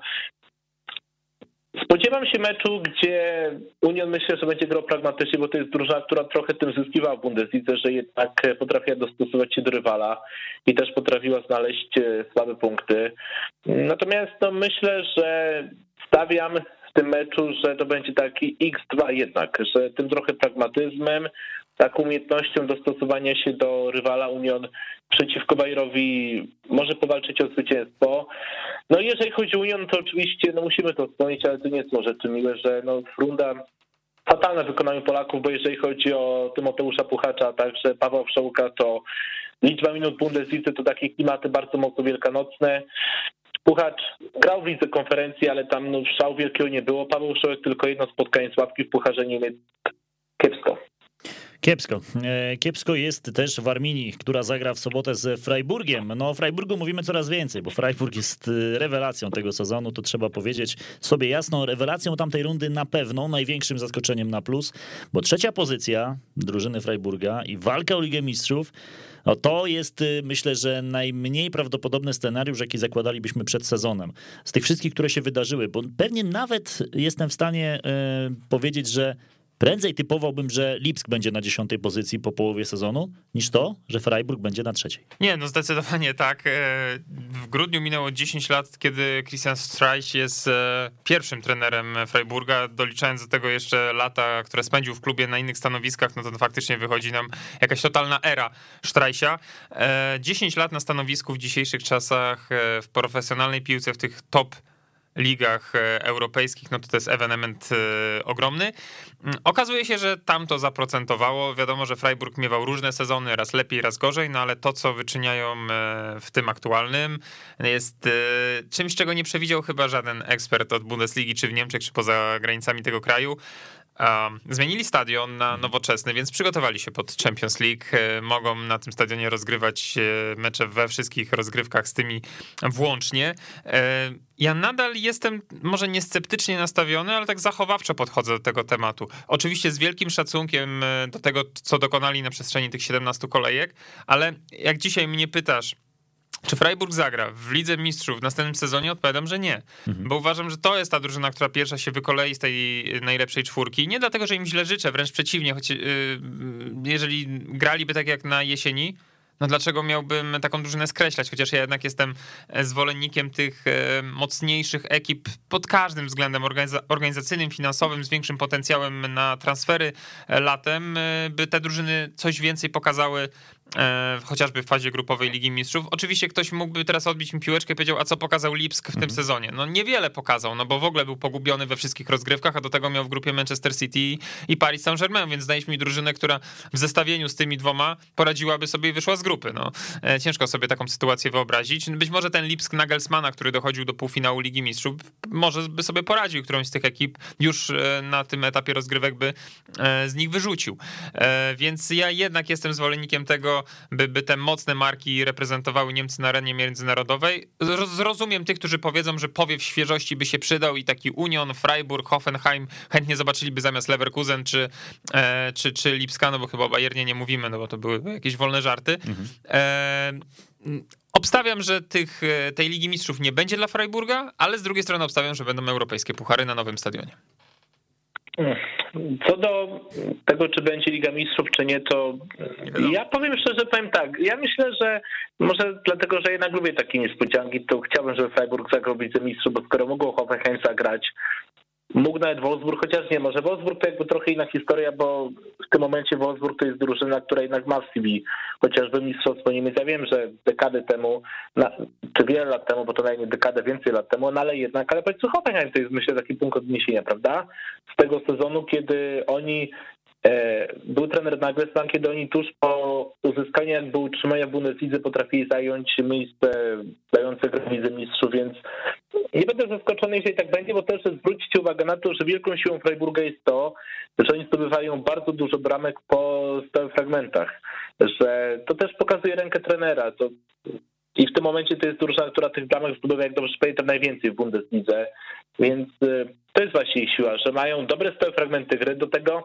Spodziewam się meczu, gdzie Union myślę, że będzie grał pragmatycznie, bo to jest drużyna, która trochę tym zyskiwała w Bundeslidze, że jednak potrafiła dostosować się do rywala i też potrafiła znaleźć słabe punkty. Natomiast no, myślę, że stawiam w tym meczu, że to będzie taki iks dwa jednak, że tym trochę pragmatyzmem, taką umiejętnością dostosowania się do rywala Union przeciwko Bayerowi może powalczyć o zwycięstwo. No i jeżeli chodzi o Union, to oczywiście no musimy to wspomnieć, ale to nie jest może czym miłe, że no runda fatalna w wykonaniu Polaków, bo jeżeli chodzi o Tymoteusza Puchacza, a także Pawła Wszołka, to liczba minut Bundeslidze to takie klimaty bardzo mocno wielkanocne. Puchacz grał w lidze konferencji, ale tam no, szału wielkiego nie było. Paweł Wszołek tylko jedno spotkanie z ławki w Pucharze Niemiec. Kiepsko. Kiepsko. Kiepsko jest też w Arminii, która zagra w sobotę z Freiburgiem. No o Freiburgu mówimy coraz więcej, bo Freiburg jest rewelacją tego sezonu, to trzeba powiedzieć sobie jasno. Rewelacją tamtej rundy na pewno, największym zaskoczeniem na plus, bo trzecia pozycja drużyny Freiburga i walka o Ligę Mistrzów, no to jest, myślę, że najmniej prawdopodobny scenariusz, jaki zakładalibyśmy przed sezonem. Z tych wszystkich, które się wydarzyły, bo pewnie nawet jestem w stanie powiedzieć, że prędzej typowałbym, że Lipsk będzie na dziesiątej pozycji po połowie sezonu, niż to, że Freiburg będzie na trzeciej. Nie, no zdecydowanie tak. W grudniu minęło dziesięć lat, kiedy Christian Streich jest pierwszym trenerem Freiburga, doliczając do tego jeszcze lata, które spędził w klubie na innych stanowiskach, no to faktycznie wychodzi nam jakaś totalna era Streicha. dziesięć lat na stanowisku w dzisiejszych czasach w profesjonalnej piłce, w tych top ligach europejskich, no to to jest ewenement ogromny. Okazuje się, że tam to zaprocentowało. Wiadomo, że Freiburg miewał różne sezony, raz lepiej, raz gorzej, no ale to, co wyczyniają w tym aktualnym, jest czymś, czego nie przewidział chyba żaden ekspert od Bundesligi, czy w Niemczech, czy poza granicami tego kraju. Zmienili stadion na nowoczesny, więc przygotowali się pod Champions League. Mogą na tym stadionie rozgrywać mecze we wszystkich rozgrywkach z tymi włącznie. Ja nadal jestem może nie sceptycznie nastawiony, ale tak zachowawczo podchodzę do tego tematu. Oczywiście z wielkim szacunkiem do tego, co dokonali na przestrzeni tych siedemnastu kolejek, ale jak dzisiaj mnie pytasz, czy Freiburg zagra w Lidze Mistrzów w następnym sezonie? Odpowiadam, że nie. Mhm. Bo uważam, że to jest ta drużyna, która pierwsza się wykolei z tej najlepszej czwórki. Nie dlatego, że im źle życzę, wręcz przeciwnie, choć jeżeli graliby tak jak na jesieni, no dlaczego miałbym taką drużynę skreślać? Chociaż ja jednak jestem zwolennikiem tych mocniejszych ekip pod każdym względem organizacyjnym, finansowym, z większym potencjałem na transfery latem, by te drużyny coś więcej pokazały chociażby w fazie grupowej Ligi Mistrzów. Oczywiście ktoś mógłby teraz odbić mi piłeczkę i powiedział, a co pokazał Lipsk w tym mhm. sezonie? No niewiele pokazał, no bo w ogóle był pogubiony we wszystkich rozgrywkach, a do tego miał w grupie Manchester City i Paris Saint-Germain, więc znaleźliśmy mi drużynę, która w zestawieniu z tymi dwoma poradziłaby sobie i wyszła z grupy. No, ciężko sobie taką sytuację wyobrazić. Być może ten Lipsk Nagelsmana, który dochodził do półfinału Ligi Mistrzów, może by sobie poradził, którąś z tych ekip już na tym etapie rozgrywek by z nich wyrzucił. Więc ja jednak jestem zwolennikiem tego, By, by te mocne marki reprezentowały Niemcy na arenie międzynarodowej. Zrozumiem tych, którzy powiedzą, że powiew świeżości by się przydał i taki Union, Freiburg, Hoffenheim chętnie zobaczyliby zamiast Leverkusen czy, e, czy, czy Lipska, no bo chyba o Bayernie nie mówimy, no bo to były jakieś wolne żarty. Mhm. E, Obstawiam, że tych, tej Ligi Mistrzów nie będzie dla Freiburga, ale z drugiej strony obstawiam, że będą europejskie puchary na nowym stadionie. Co do tego, czy będzie Liga Mistrzów, czy nie, to nie ja powiem szczerze, powiem tak, ja myślę, że może dlatego, że jednak lubię takie niespodzianki, to chciałbym, żeby Freiburg zagrał w Lidze Mistrzów, bo skoro mogło Hoffenheim zagrać, mógł nawet Wolfsburg, chociaż nie, może Wolfsburg to jakby trochę inna historia, bo w tym momencie Wolfsburg to jest drużyna, która jednak ma w C V chociażby mistrzostwo Niemiec. Ja wiem, że dekady temu, czy wiele lat temu, bo to najmniej dekadę więcej lat temu, no ale jednak, ale powiedzmy Hoffenheim to jest myślę taki punkt odniesienia, prawda? Z tego sezonu, kiedy oni był trener Nagelsmann, kiedy oni tuż po uzyskaniu jakby utrzymania w Bundeslidze potrafili zająć miejsce dające w Lidze Mistrzów, więc nie będę zaskoczony, jeżeli tak będzie, bo też zwróćcie uwagę na to, że wielką siłą Freiburga jest to, że oni zdobywają bardzo dużo bramek po stałych fragmentach, że to też pokazuje rękę trenera. To i w tym momencie to jest drużyna, która tych bramek zdobywa, jak dobrze pamiętam, najwięcej w Bundeslidze, więc to jest właśnie ich siła, że mają dobre stałe fragmenty gry, do tego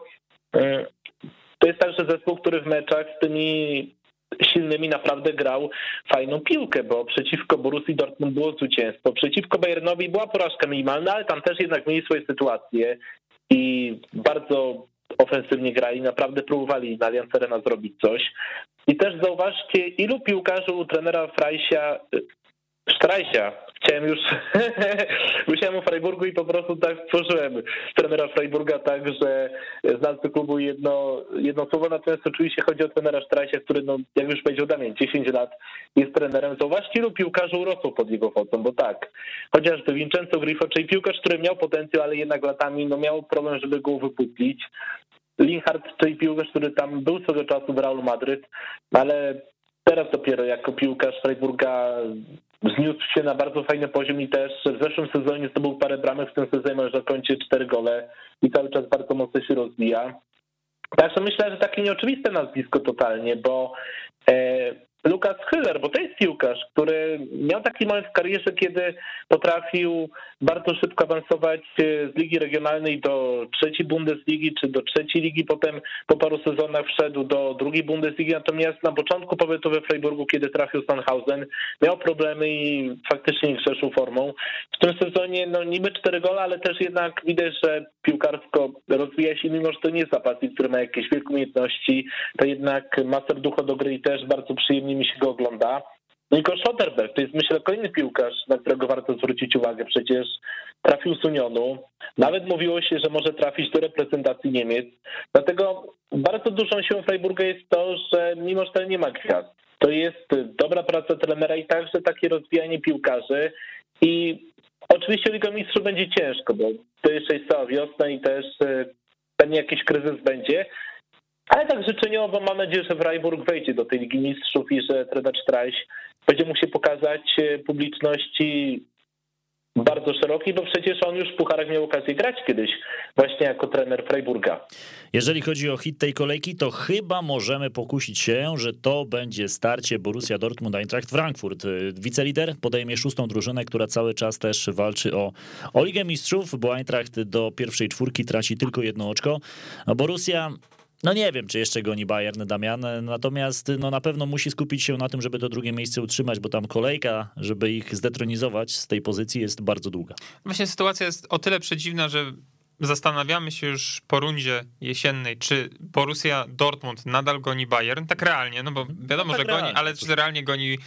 to jest także zespół, który w meczach z tymi silnymi naprawdę grał fajną piłkę, bo przeciwko Borussii Dortmund było zwycięstwo, przeciwko Bayernowi była porażka minimalna, ale tam też jednak mieli swoje sytuacje i bardzo ofensywnie grali, naprawdę próbowali na Allianz Arena zrobić coś. I też zauważcie, ilu piłkarzy u trenera Freicha Streicha. Chciałem już, myślałem o Freiburgu i po prostu tak stworzyłem trenera Freiburga tak, że znalazł klubu jedno, jedno słowo, natomiast oczywiście chodzi o trenera Streicha, który, no, jak już powiedział Damian, dziesięć lat jest trenerem. Zauważcie, ilu piłkarzy urosło pod jego fotą, bo tak, chociażby Vincenzo Grifo, czyli piłkarz, który miał potencjał, ale jednak latami no, miał problem, żeby go wypudlić. Linhart, czyli piłkarz, który tam był swego czasu w Realu Madryt, ale teraz dopiero jako piłkarz Freiburga wzniósł się na bardzo fajny poziom i też w zeszłym sezonie zdobył parę bramek, w tym sezonie może zakończyć cztery gole i cały czas bardzo mocno się rozwija. Także myślę, że takie nieoczywiste nazwisko totalnie, bo Lukas Hüller, bo to jest piłkarz, który miał taki moment w karierze, kiedy potrafił bardzo szybko awansować z ligi regionalnej do trzeciej Bundesligi, czy do trzeciej ligi, potem po paru sezonach wszedł do drugiej Bundesligi, natomiast na początku pobytu we Freiburgu, kiedy trafił Sandhausen, miał problemy i faktycznie nie grzeszył formą. W tym sezonie no niby cztery gole, ale też jednak widać, że piłkarsko rozwija się, mimo że to nie jest napastnik, który ma jakieś wielkie umiejętności, to jednak ma serducho do gry i też bardzo przyjemnie mi się go ogląda. Nico Schotterbeck to jest, myślę, kolejny piłkarz, na którego warto zwrócić uwagę. Przecież trafił z Unionu. Nawet mówiło się, że może trafić do reprezentacji Niemiec. Dlatego bardzo dużą siłą Freiburga jest to, że mimo że to nie ma gwiazd, to jest dobra praca trenera i także takie rozwijanie piłkarzy. I oczywiście Liga Mistrzów będzie ciężko, bo to jeszcze jest cała wiosna i też pewnie jakiś kryzys będzie. Ale tak życzeniowo mam nadzieję, że Freiburg wejdzie do tej Ligi Mistrzów i że trener Streich będzie mógł się pokazać publiczności bardzo szerokiej, bo przecież on już w pucharach miał okazję grać kiedyś właśnie jako trener Freiburga. Jeżeli chodzi o hit tej kolejki, to chyba możemy pokusić się, że to będzie starcie Borussia Dortmund-Eintracht Frankfurt. Wicelider podejmie szóstą drużynę, która cały czas też walczy o, o Ligę Mistrzów, bo Eintracht do pierwszej czwórki traci tylko jedno oczko. Borussia... No nie wiem, czy jeszcze goni Bayern, Damian, natomiast no na pewno musi skupić się na tym, żeby to drugie miejsce utrzymać, bo tam kolejka, żeby ich zdetronizować z tej pozycji, jest bardzo długa. Właśnie sytuacja jest o tyle przedziwna, że zastanawiamy się już po rundzie jesiennej, czy Borussia Dortmund nadal goni Bayern, tak realnie, no bo wiadomo, no tak że realnie. goni, ale czy realnie goni,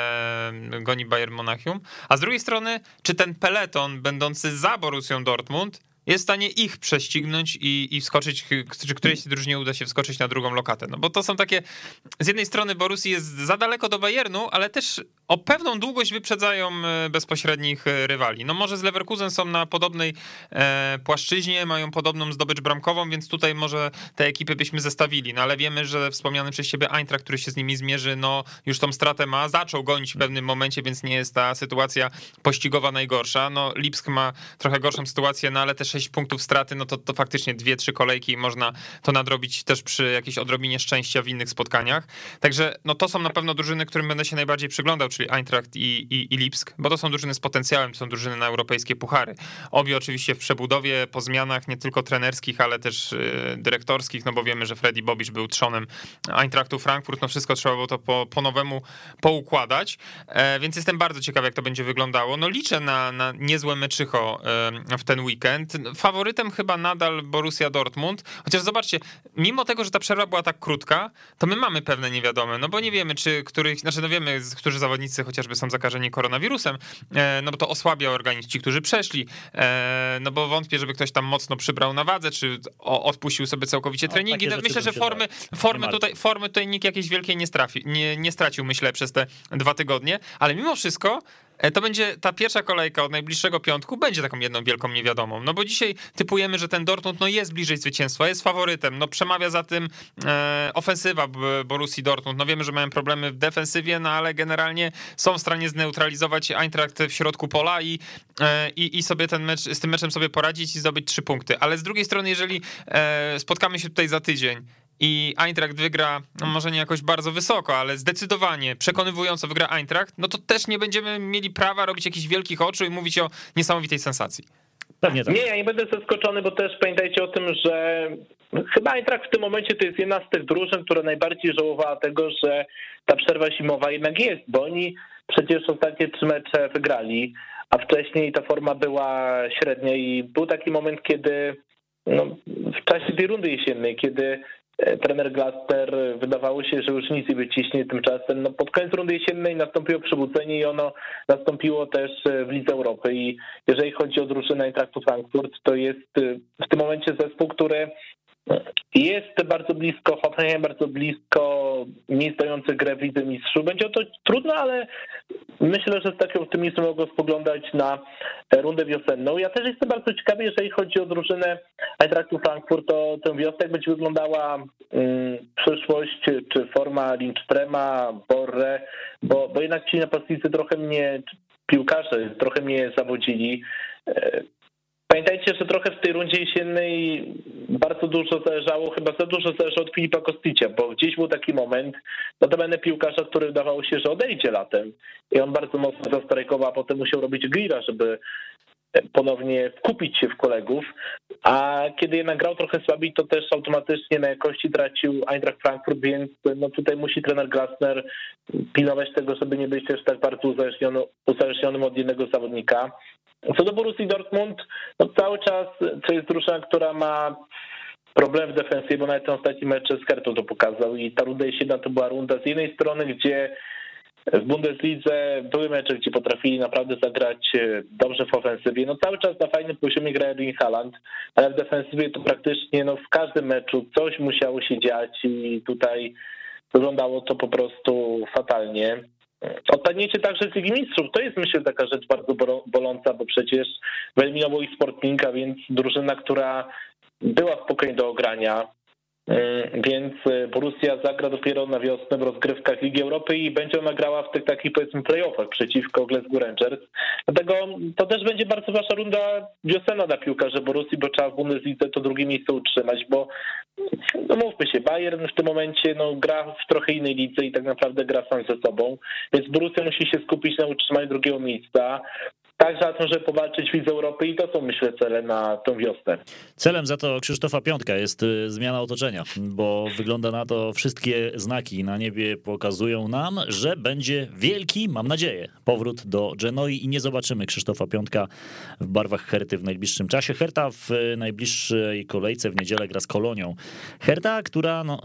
e, goni Bayern Monachium, a z drugiej strony, czy ten peleton będący za Borussią Dortmund jest w stanie ich prześcignąć i, i wskoczyć, czy którejś drużynie uda się wskoczyć na drugą lokatę. No bo to są takie, z jednej strony Borussii jest za daleko do Bayernu, ale też o pewną długość wyprzedzają bezpośrednich rywali. No może z Leverkusen są na podobnej e, płaszczyźnie, mają podobną zdobycz bramkową, więc tutaj może te ekipy byśmy zestawili, no ale wiemy, że wspomniany przez ciebie Eintracht, który się z nimi zmierzy, no już tą stratę ma, zaczął gonić w pewnym momencie, więc nie jest ta sytuacja pościgowa najgorsza. No Lipsk ma trochę gorszą sytuację, no ale też sześć punktów straty, no to, to faktycznie dwie, trzy kolejki i można to nadrobić też przy jakiejś odrobinie szczęścia w innych spotkaniach. Także no to są na pewno drużyny, którym będę się najbardziej przyglądał, czyli Eintracht i, i, i Lipsk, bo to są drużyny z potencjałem, to są drużyny na europejskie puchary. Obie oczywiście w przebudowie, po zmianach nie tylko trenerskich, ale też dyrektorskich, no bo wiemy, że Freddy Bobic był trzonem Eintrachtu Frankfurt, no wszystko trzeba było to po, po nowemu poukładać, e, więc jestem bardzo ciekaw, jak to będzie wyglądało. No liczę na, na niezłe meczycho e, w ten weekend. Faworytem chyba nadal Borussia Dortmund, chociaż zobaczcie, mimo tego, że ta przerwa była tak krótka, to my mamy pewne niewiadome, no bo nie wiemy, czy których, znaczy no wiemy, którzy zawodnicy chociażby są zakażeni koronawirusem, no bo to osłabia organizm ci, którzy przeszli, no bo wątpię, żeby ktoś tam mocno przybrał na wadze, czy odpuścił sobie całkowicie treningi. No, myślę, że formy, formy, tutaj, formy tutaj nikt jakiejś wielkiej nie, strafi, nie, nie stracił, myślę, przez te dwa tygodnie, ale mimo wszystko to będzie ta pierwsza kolejka od najbliższego piątku, będzie taką jedną wielką niewiadomą, no bo dzisiaj typujemy, że ten Dortmund no jest bliżej zwycięstwa, jest faworytem, no przemawia za tym e, ofensywa Borussii Dortmund, no wiemy, że mają problemy w defensywie, no ale generalnie są w stanie zneutralizować Eintracht w środku pola i, e, i, i sobie ten mecz, z tym meczem sobie poradzić i zdobyć trzy punkty, ale z drugiej strony, jeżeli e, spotkamy się tutaj za tydzień i Eintracht wygra, no może nie jakoś bardzo wysoko, ale zdecydowanie przekonywująco wygra Eintracht, no to też nie będziemy mieli prawa robić jakichś wielkich oczu i mówić o niesamowitej sensacji. Pewnie tak. Nie, ja nie będę zaskoczony, bo też pamiętajcie o tym, że chyba Eintracht w tym momencie to jest jedna z tych drużyn, która najbardziej żałowała tego, że ta przerwa zimowa jednak jest, bo oni przecież ostatnie trzy mecze wygrali, a wcześniej ta forma była średnia i był taki moment, kiedy no, w czasie tej rundy jesiennej, kiedy trener Glasner wydawało się, że już nic nie wyciśnie, tymczasem no pod koniec rundy jesiennej nastąpiło przebudzenie i ono nastąpiło też w Lidze Europy i jeżeli chodzi o drużynę Eintrachtu Frankfurt, to jest w tym momencie zespół, który jest bardzo blisko Hoffenheim, bardzo blisko miejsc dających grę w Lidze Mistrzów. Będzie to trudno, ale myślę, że z takim optymizmem mogę spoglądać na rundę wiosenną. Ja też jestem bardzo ciekawy, jeżeli chodzi o drużynę Eintrachtu Frankfurt, to tę wiosnę jak będzie wyglądała um, przyszłość, czy forma Lindströma, Borre, bo, bo jednak ci napastnicy trochę mnie, piłkarze trochę mnie zawodzili. pamiętajcie, że trochę w tej rundzie jesiennej bardzo dużo zależało, chyba za dużo zależało od Filipa Kosticia, bo gdzieś był taki moment, notabene piłkarza, który wydawało się, że odejdzie latem i on bardzo mocno zastrajkował, a potem musiał robić grilla, żeby ponownie wkupić się w kolegów, a kiedy jednak grał trochę słabiej, to też automatycznie na jakości tracił Eintracht Frankfurt, więc no tutaj musi trener Glasner pilnować tego, żeby nie być też tak bardzo uzależniony, uzależnionym od jednego zawodnika. Co do Borussii Dortmund, no cały czas to jest drużyna, która ma problem w defensywie, bo nawet ten ostatni mecz z Hertą to pokazał i ta runda jesienna to była runda z jednej strony, gdzie w Bundeslidze były mecze, gdzie potrafili naprawdę zagrać dobrze w ofensywie. No cały czas na fajnym poziomie gra Erling Haaland, ale w defensywie to praktycznie no w każdym meczu coś musiało się dziać i tutaj wyglądało to po prostu fatalnie. Odpadnięcie także z Ligi Mistrzów, to jest myślę taka rzecz bardzo boląca, bo przecież wyeliminował ich Sportinga, więc drużyna, która była spokojnie do ogrania, więc Borussia zagra dopiero na wiosnę w rozgrywkach Ligi Europy i będzie ona grała w tych takich powiedzmy playoffach przeciwko Glasgow Rangers. Dlatego to też będzie bardzo ważna runda wiosenna dla piłkarzy Borussii, bo trzeba w Bundeslidze to drugie miejsce utrzymać, bo no mówmy się, Bayern w tym momencie no, gra w trochę innej lidze i tak naprawdę gra sam ze sobą, więc Borussia musi się skupić na utrzymaniu drugiego miejsca. Tak, za to, żeby powalczyć w Lidze Europy i to są, myślę, cele na tą wiosnę. Celem za to Krzysztofa Piątka jest zmiana otoczenia, bo wygląda na to, wszystkie znaki na niebie pokazują nam, że będzie wielki, mam nadzieję, powrót do Genoi i nie zobaczymy Krzysztofa Piątka w barwach Herty w najbliższym czasie. Herta w najbliższej kolejce w niedzielę gra z Kolonią. Herta, która no,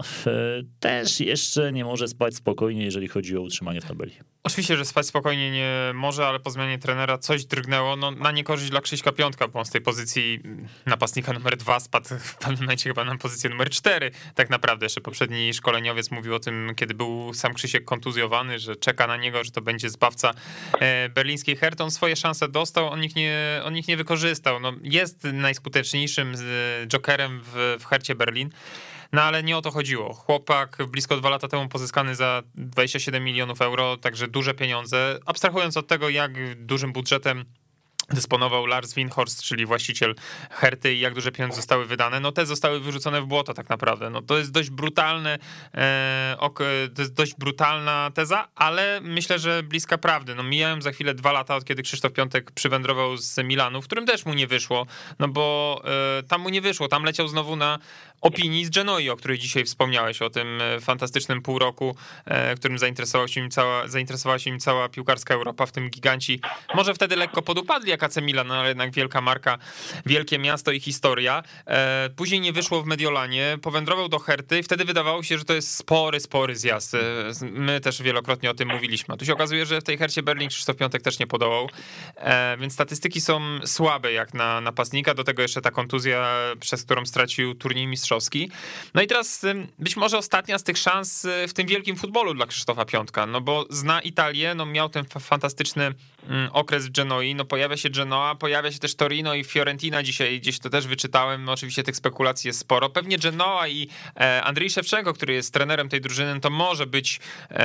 też jeszcze nie może spać spokojnie, jeżeli chodzi o utrzymanie w tabeli. Oczywiście, że spać spokojnie nie może, ale po zmianie trenera coś drgnęło no, na niekorzyść dla Krzyśka Piątka, bo on z tej pozycji napastnika numer dwa spadł w pewnym momencie chyba na pozycję numer cztery. Tak naprawdę jeszcze poprzedni szkoleniowiec mówił o tym, kiedy był sam Krzysiek kontuzjowany, że czeka na niego, że to będzie zbawca berlińskiej Herty. On swoje szanse dostał, on ich nie, on ich nie wykorzystał. No, jest najskuteczniejszym jokerem w, w Hercie Berlin. No ale nie o to chodziło. Chłopak blisko dwa lata temu pozyskany za dwadzieścia siedem milionów euro, także duże pieniądze. Abstrahując od tego, jak dużym budżetem dysponował Lars Windhorst, czyli właściciel Herty i jak duże pieniądze zostały wydane, no te zostały wyrzucone w błoto tak naprawdę. No to jest dość brutalne, e, ok, to jest dość brutalna teza, ale myślę, że bliska prawdy. No mijają za chwilę dwa lata, od kiedy Krzysztof Piątek przywędrował z Milanu, w którym też mu nie wyszło, no bo e, tam mu nie wyszło, tam leciał znowu na opinii z Genoi, o której dzisiaj wspomniałeś, o tym fantastycznym pół roku, e, którym zainteresowała się, im cała, zainteresowała się im cała piłkarska Europa, w tym giganci. Może wtedy lekko podupadli jak A C Milan, no ale jednak wielka marka, wielkie miasto i historia. E, później nie wyszło w Mediolanie, powędrował do Herty i wtedy wydawało się, że to jest spory, spory zjazd. My też wielokrotnie o tym mówiliśmy. A tu się okazuje, że w tej Hercie Berlin Krzysztof Piątek też nie podołał, e, więc statystyki są słabe jak na napastnika, do tego jeszcze ta kontuzja, przez którą stracił turniej mistrzowski. No i teraz być może ostatnia z tych szans w tym wielkim futbolu dla Krzysztofa Piątka, no bo zna Italię, no miał ten fantastyczny okres w Genoi, no pojawia się Genoa, pojawia się też Torino i Fiorentina dzisiaj, gdzieś to też wyczytałem, oczywiście tych spekulacji jest sporo. Pewnie Genoa i Andrzej Szewczenko, który jest trenerem tej drużyny, to może być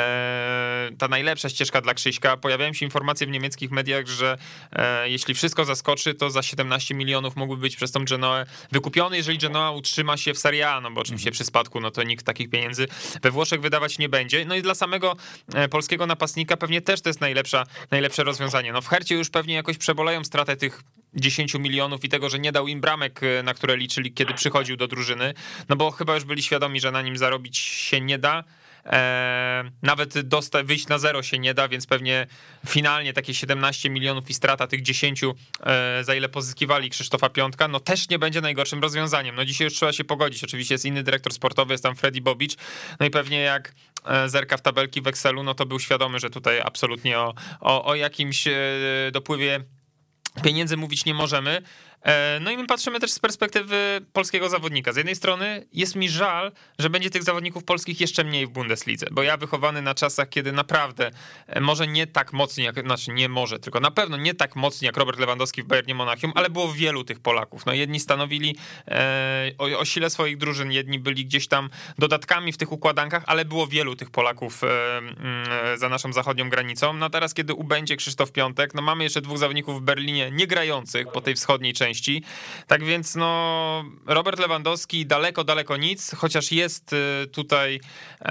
ta najlepsza ścieżka dla Krzyśka. Pojawiają się informacje w niemieckich mediach, że jeśli wszystko zaskoczy, to za siedemnaście milionów mógłby być przez tą Genoę wykupiony, jeżeli Genoa utrzyma się w Serie A, no bo oczywiście przy spadku, no to nikt takich pieniędzy we Włoszech wydawać nie będzie. No i dla samego polskiego napastnika pewnie też to jest najlepsza, najlepsze rozwiązanie. No w Hercie już pewnie jakoś przeboleją stratę tych dziesięć milionów i tego, że nie dał im bramek, na które liczyli, kiedy przychodził do drużyny, no bo chyba już byli świadomi, że na nim zarobić się nie da. Eee, nawet dosta- wyjść na zero się nie da, więc pewnie finalnie takie siedemnaście milionów i strata tych dziesięć, e, za ile pozyskiwali Krzysztofa Piątka, no też nie będzie najgorszym rozwiązaniem. No dzisiaj już trzeba się pogodzić. Oczywiście jest inny dyrektor sportowy, jest tam Freddy Bobic, no i pewnie jak zerka w tabelki w Excelu, no to był świadomy, że tutaj absolutnie o, o, o jakimś dopływie pieniędzy mówić nie możemy. No i my patrzymy też z perspektywy polskiego zawodnika. Z jednej strony jest mi żal, że będzie tych zawodników polskich jeszcze mniej w Bundeslidze, bo ja wychowany na czasach, kiedy naprawdę może nie tak mocni, jak, znaczy nie może, tylko na pewno nie tak mocni jak Robert Lewandowski w Bayernie Monachium, ale było wielu tych Polaków. No jedni stanowili e, o, o sile swoich drużyn, jedni byli gdzieś tam dodatkami w tych układankach, ale było wielu tych Polaków e, e, za naszą zachodnią granicą. No teraz, kiedy ubędzie Krzysztof Piątek, no mamy jeszcze dwóch zawodników w Berlinie nie grających po tej wschodniej części, części. Tak więc no Robert Lewandowski daleko, daleko nic, chociaż jest tutaj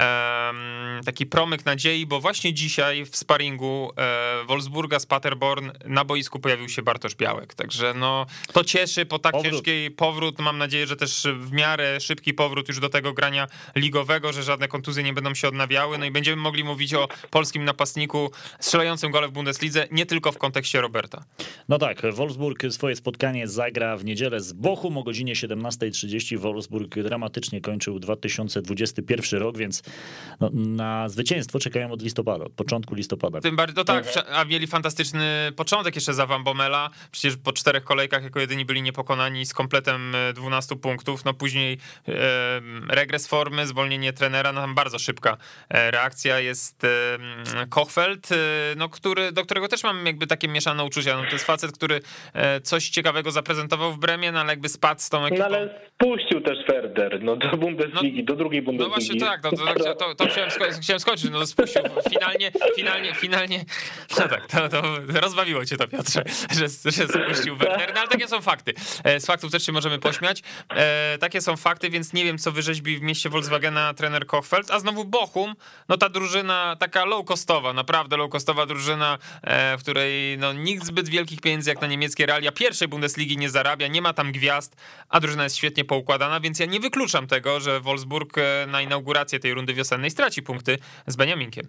um, taki promyk nadziei, bo właśnie dzisiaj w sparingu e, Wolfsburga z Paderborn na boisku pojawił się Bartosz Białek. Także no to cieszy po tak powrót. ciężkiej powrót. Mam nadzieję, że też w miarę szybki powrót już do tego grania ligowego, że żadne kontuzje nie będą się odnawiały. No i będziemy mogli mówić o polskim napastniku strzelającym gole w Bundeslidze, nie tylko w kontekście Roberta. No tak, Wolfsburg swoje spotkanie zagra w niedzielę z Bochum o godzinie siedemnasta trzydzieści. Wolfsburg dramatycznie kończył dwa tysiące dwudziesty pierwszy rok, więc no, na zwycięstwo czekają od listopada, od początku listopada. Tym bardziej, to tak, a mieli fantastyczny początek jeszcze za Van Bommela, przecież po czterech kolejkach jako jedyni byli niepokonani z kompletem dwunastu punktów, no później e, regres formy, zwolnienie trenera, no tam bardzo szybka reakcja jest e, Kochfeld, e, no, który, do którego też mam jakby takie mieszane uczucia, no to jest facet, który e, coś ciekawego zaprezentował w Bremie, no ale jakby spadł z tą ekipą. No ale spuścił też Werder, no do Bundesligi, no, do drugiej Bundesligi. No właśnie tak, no, to, to, to, to chciałem, sko- chciałem skończyć, no spuścił finalnie, finalnie, finalnie, no tak, to, to rozbawiło cię to, Piotrze, że, że spuścił Werder, no ale takie są fakty. Z faktów też się możemy pośmiać. E, takie są fakty, więc nie wiem, co wyrzeźbi w mieście Volkswagena trener Kochfeld, a znowu Bochum, no ta drużyna taka low-costowa, naprawdę low-costowa drużyna, e, w której no nikt zbyt wielkich pieniędzy jak na niemieckie realia pierwszej Bundesligi nie zarabia, nie ma tam gwiazd, a drużyna jest świetnie poukładana, więc ja nie wykluczam tego, że Wolfsburg na inaugurację tej rundy wiosennej straci punkty z Beniaminkiem.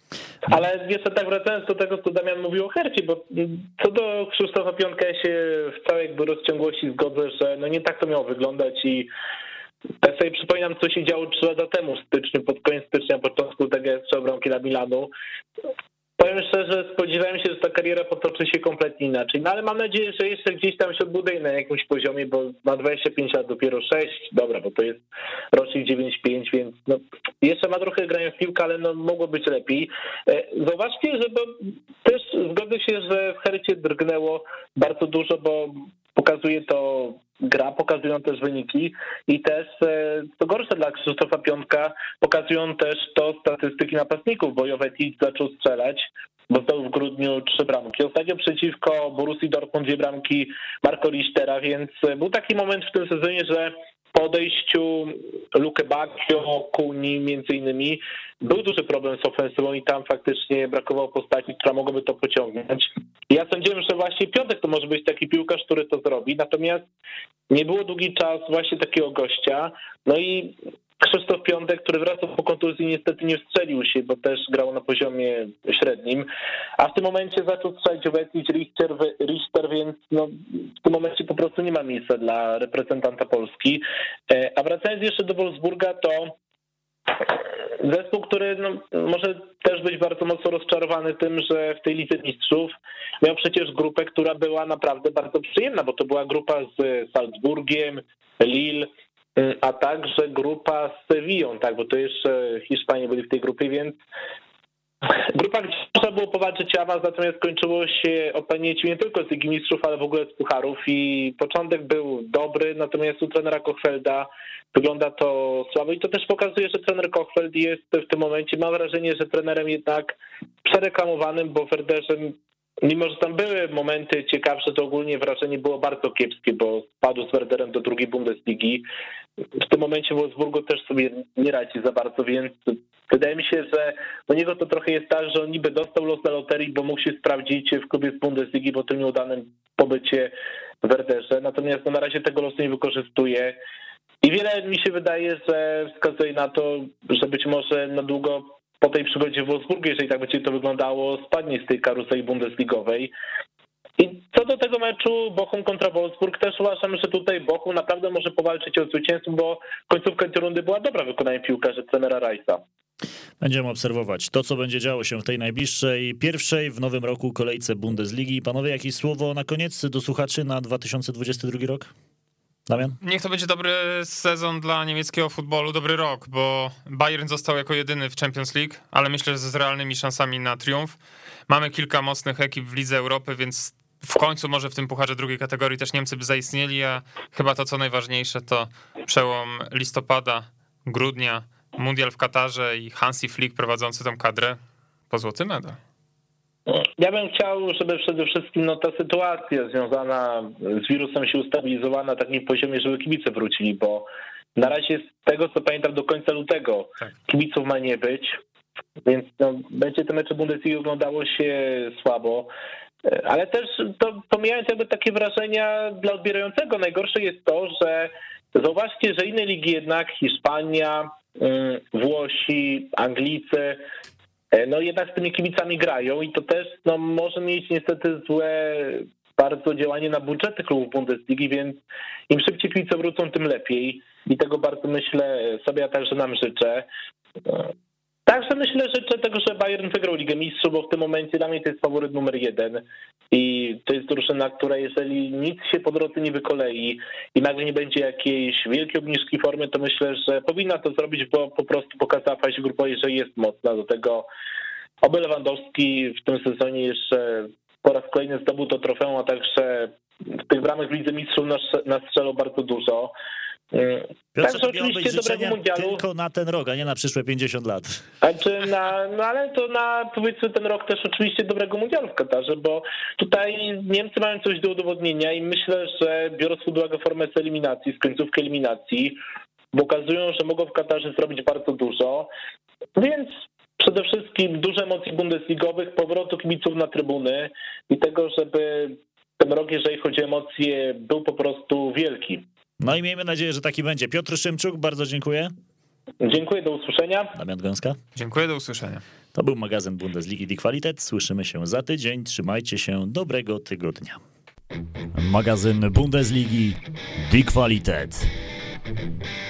Ale jeszcze tak wracając do tego, co Damian mówił o Hercie, bo co do Krzysztofa Piątka, ja się w całej jakby rozciągłości zgodzę, że no nie tak to miało wyglądać i tak sobie przypominam, co się działo trzy lata temu w styczniu, pod koniec stycznia, początku tego strzelał bramki dla Milanu. Powiem szczerze, spodziewałem się, że ta kariera potoczy się kompletnie inaczej, no ale mam nadzieję, że jeszcze gdzieś tam się odbuduje na jakimś poziomie, bo ma dwadzieścia pięć lat, dopiero sześć, dobra, bo to jest rocznik dziewięćdziesiąt pięć, więc no, jeszcze ma trochę grania w piłkę, ale no, mogło być lepiej. Zauważcie, że bo też zgodzę się, że w Hercie drgnęło bardzo dużo, bo pokazuje to gra, pokazują też wyniki i też, co gorsze dla Krzysztofa Piątka, pokazują też to statystyki napastników, bo Jovetic zaczął strzelać, bo zdał w grudniu trzy bramki. Ostatnio przeciwko Borussii Dortmund dwie bramki Marco Richtera, więc był taki moment w tym sezonie, że po odejściu Luke Bacchio, Kuni między innymi, był duży problem z ofensywą i tam faktycznie brakowało postaci, która mogłaby to pociągnąć. Ja sądziłem, że właśnie Piątek to może być taki piłkarz, który to zrobi, natomiast nie było długi czas właśnie takiego gościa, no i Krzysztof Piątek, który wracał po kontuzji, niestety nie wstrzelił się, bo też grał na poziomie średnim, a w tym momencie zaczął strzelić Jovetic, Richter, Richter, więc no, w tym momencie po prostu nie ma miejsca dla reprezentanta Polski. A wracając jeszcze do Wolfsburga, to zespół, który no, może też być bardzo mocno rozczarowany tym, że w tej Lidze Mistrzów miał przecież grupę, która była naprawdę bardzo przyjemna, bo to była grupa z Salzburgiem, Lille, a także grupa z Sewillą, tak, bo to jeszcze Hiszpanie byli w tej grupie, więc grupa, gdzie można było powalczyć awans, natomiast skończyło się opadnięciem nie tylko z Ligi Mistrzów, ale w ogóle z pucharów i początek był dobry, natomiast u trenera Kochfelda wygląda to słabo i to też pokazuje, że trener Kochfeld jest w tym momencie, mam wrażenie, że trenerem jednak przereklamowanym, bo Werderze, mimo że tam były momenty ciekawsze, to ogólnie wrażenie było bardzo kiepskie, bo spadł z Werderem do drugiej Bundesligi. W tym momencie w Wolfsburgu też sobie nie radzi za bardzo, więc wydaje mi się, że u niego to trochę jest tak, że on niby dostał los na loterii, bo mógł się sprawdzić w klubie z Bundesligi po tym nieudanym pobycie w Werderze. Natomiast no, na razie tego losu nie wykorzystuje. I wiele mi się wydaje, że wskazuje na to, że być może na długo po tej przygodzie w Wolfsburgu, jeżeli tak będzie to wyglądało, spadnie z tej karuzeli bundesligowej. I co do tego meczu Bochum kontra Wolfsburg, też uważam, że tutaj Bochum naprawdę może powalczyć o zwycięstwo, bo końcówka tej rundy była dobra wykonanie piłkarzy trenera Reisa. Będziemy obserwować to, co będzie działo się w tej najbliższej, pierwszej w nowym roku kolejce Bundesligi. Panowie, jakieś słowo na koniec do słuchaczy na dwa tysiące dwudziesty drugi rok? Damian? Niech to będzie dobry sezon dla niemieckiego futbolu, dobry rok, bo Bayern został jako jedyny w Champions League, ale myślę, że z realnymi szansami na triumf. Mamy kilka mocnych ekip w Lidze Europy, więc w końcu może w tym pucharze drugiej kategorii też Niemcy by zaistnieli, a chyba to, co najważniejsze, to przełom listopada, grudnia, mundial w Katarze i Hansi Flick prowadzący tą kadrę po złoty medal. Ja bym chciał, żeby przede wszystkim no, ta sytuacja związana z wirusem się ustabilizowała na takim poziomie, żeby kibice wrócili, bo na razie z tego, co pamiętam, do końca lutego tak. kibiców ma nie być, więc no, będzie te mecze Bundesligi oglądało się słabo. Ale też to pomijając jakby takie wrażenia dla odbierającego, najgorsze jest to, że zauważcie, że inne ligi jednak, Hiszpania, Włosi, Anglicy, no jednak z tymi kibicami grają i to też no, może mieć niestety złe bardzo działanie na budżety klubów Bundesligi, więc im szybciej kibice wrócą, tym lepiej i tego bardzo myślę sobie, a także nam życzę. Także myślę, życzę tego, że Bayern wygrał Ligę Mistrzów, bo w tym momencie dla mnie to jest faworyt numer jeden i to jest drużyna, która jeżeli nic się po drodze nie wykolei i nagle nie będzie jakiejś wielkiej obniżki formy, to myślę, że powinna to zrobić, bo po prostu pokazała w fazie grupowej, że jest mocna. Do tego oby Lewandowski w tym sezonie jeszcze po raz kolejny zdobył to trofeum, a także w tych bramach w Lidze Mistrzów nastrzelał bardzo dużo. Piotrze, to miało być życzenia tylko na ten rok, a nie na przyszłe pięćdziesiąt lat. Znaczy na, no ale to na powiedzmy ten rok też oczywiście dobrego mundialu w Katarze, bo tutaj Niemcy mają coś do udowodnienia i myślę, że biorąc pod uwagę formę z eliminacji, z końcówki eliminacji, pokazują, że mogą w Katarze zrobić bardzo dużo, więc przede wszystkim duże emocje bundesligowych, powrotu kibiców na trybuny i tego, żeby ten rok, jeżeli chodzi o emocje, był po prostu wielki. No i miejmy nadzieję, że taki będzie. Piotr Szymczuk, bardzo dziękuję. Dziękuję, do usłyszenia. Damian Gąska. Dziękuję, do usłyszenia. To był magazyn Bundesligi Die Qualität. Słyszymy się za tydzień. Trzymajcie się. Dobrego tygodnia. Magazyn Bundesligi Die Qualität.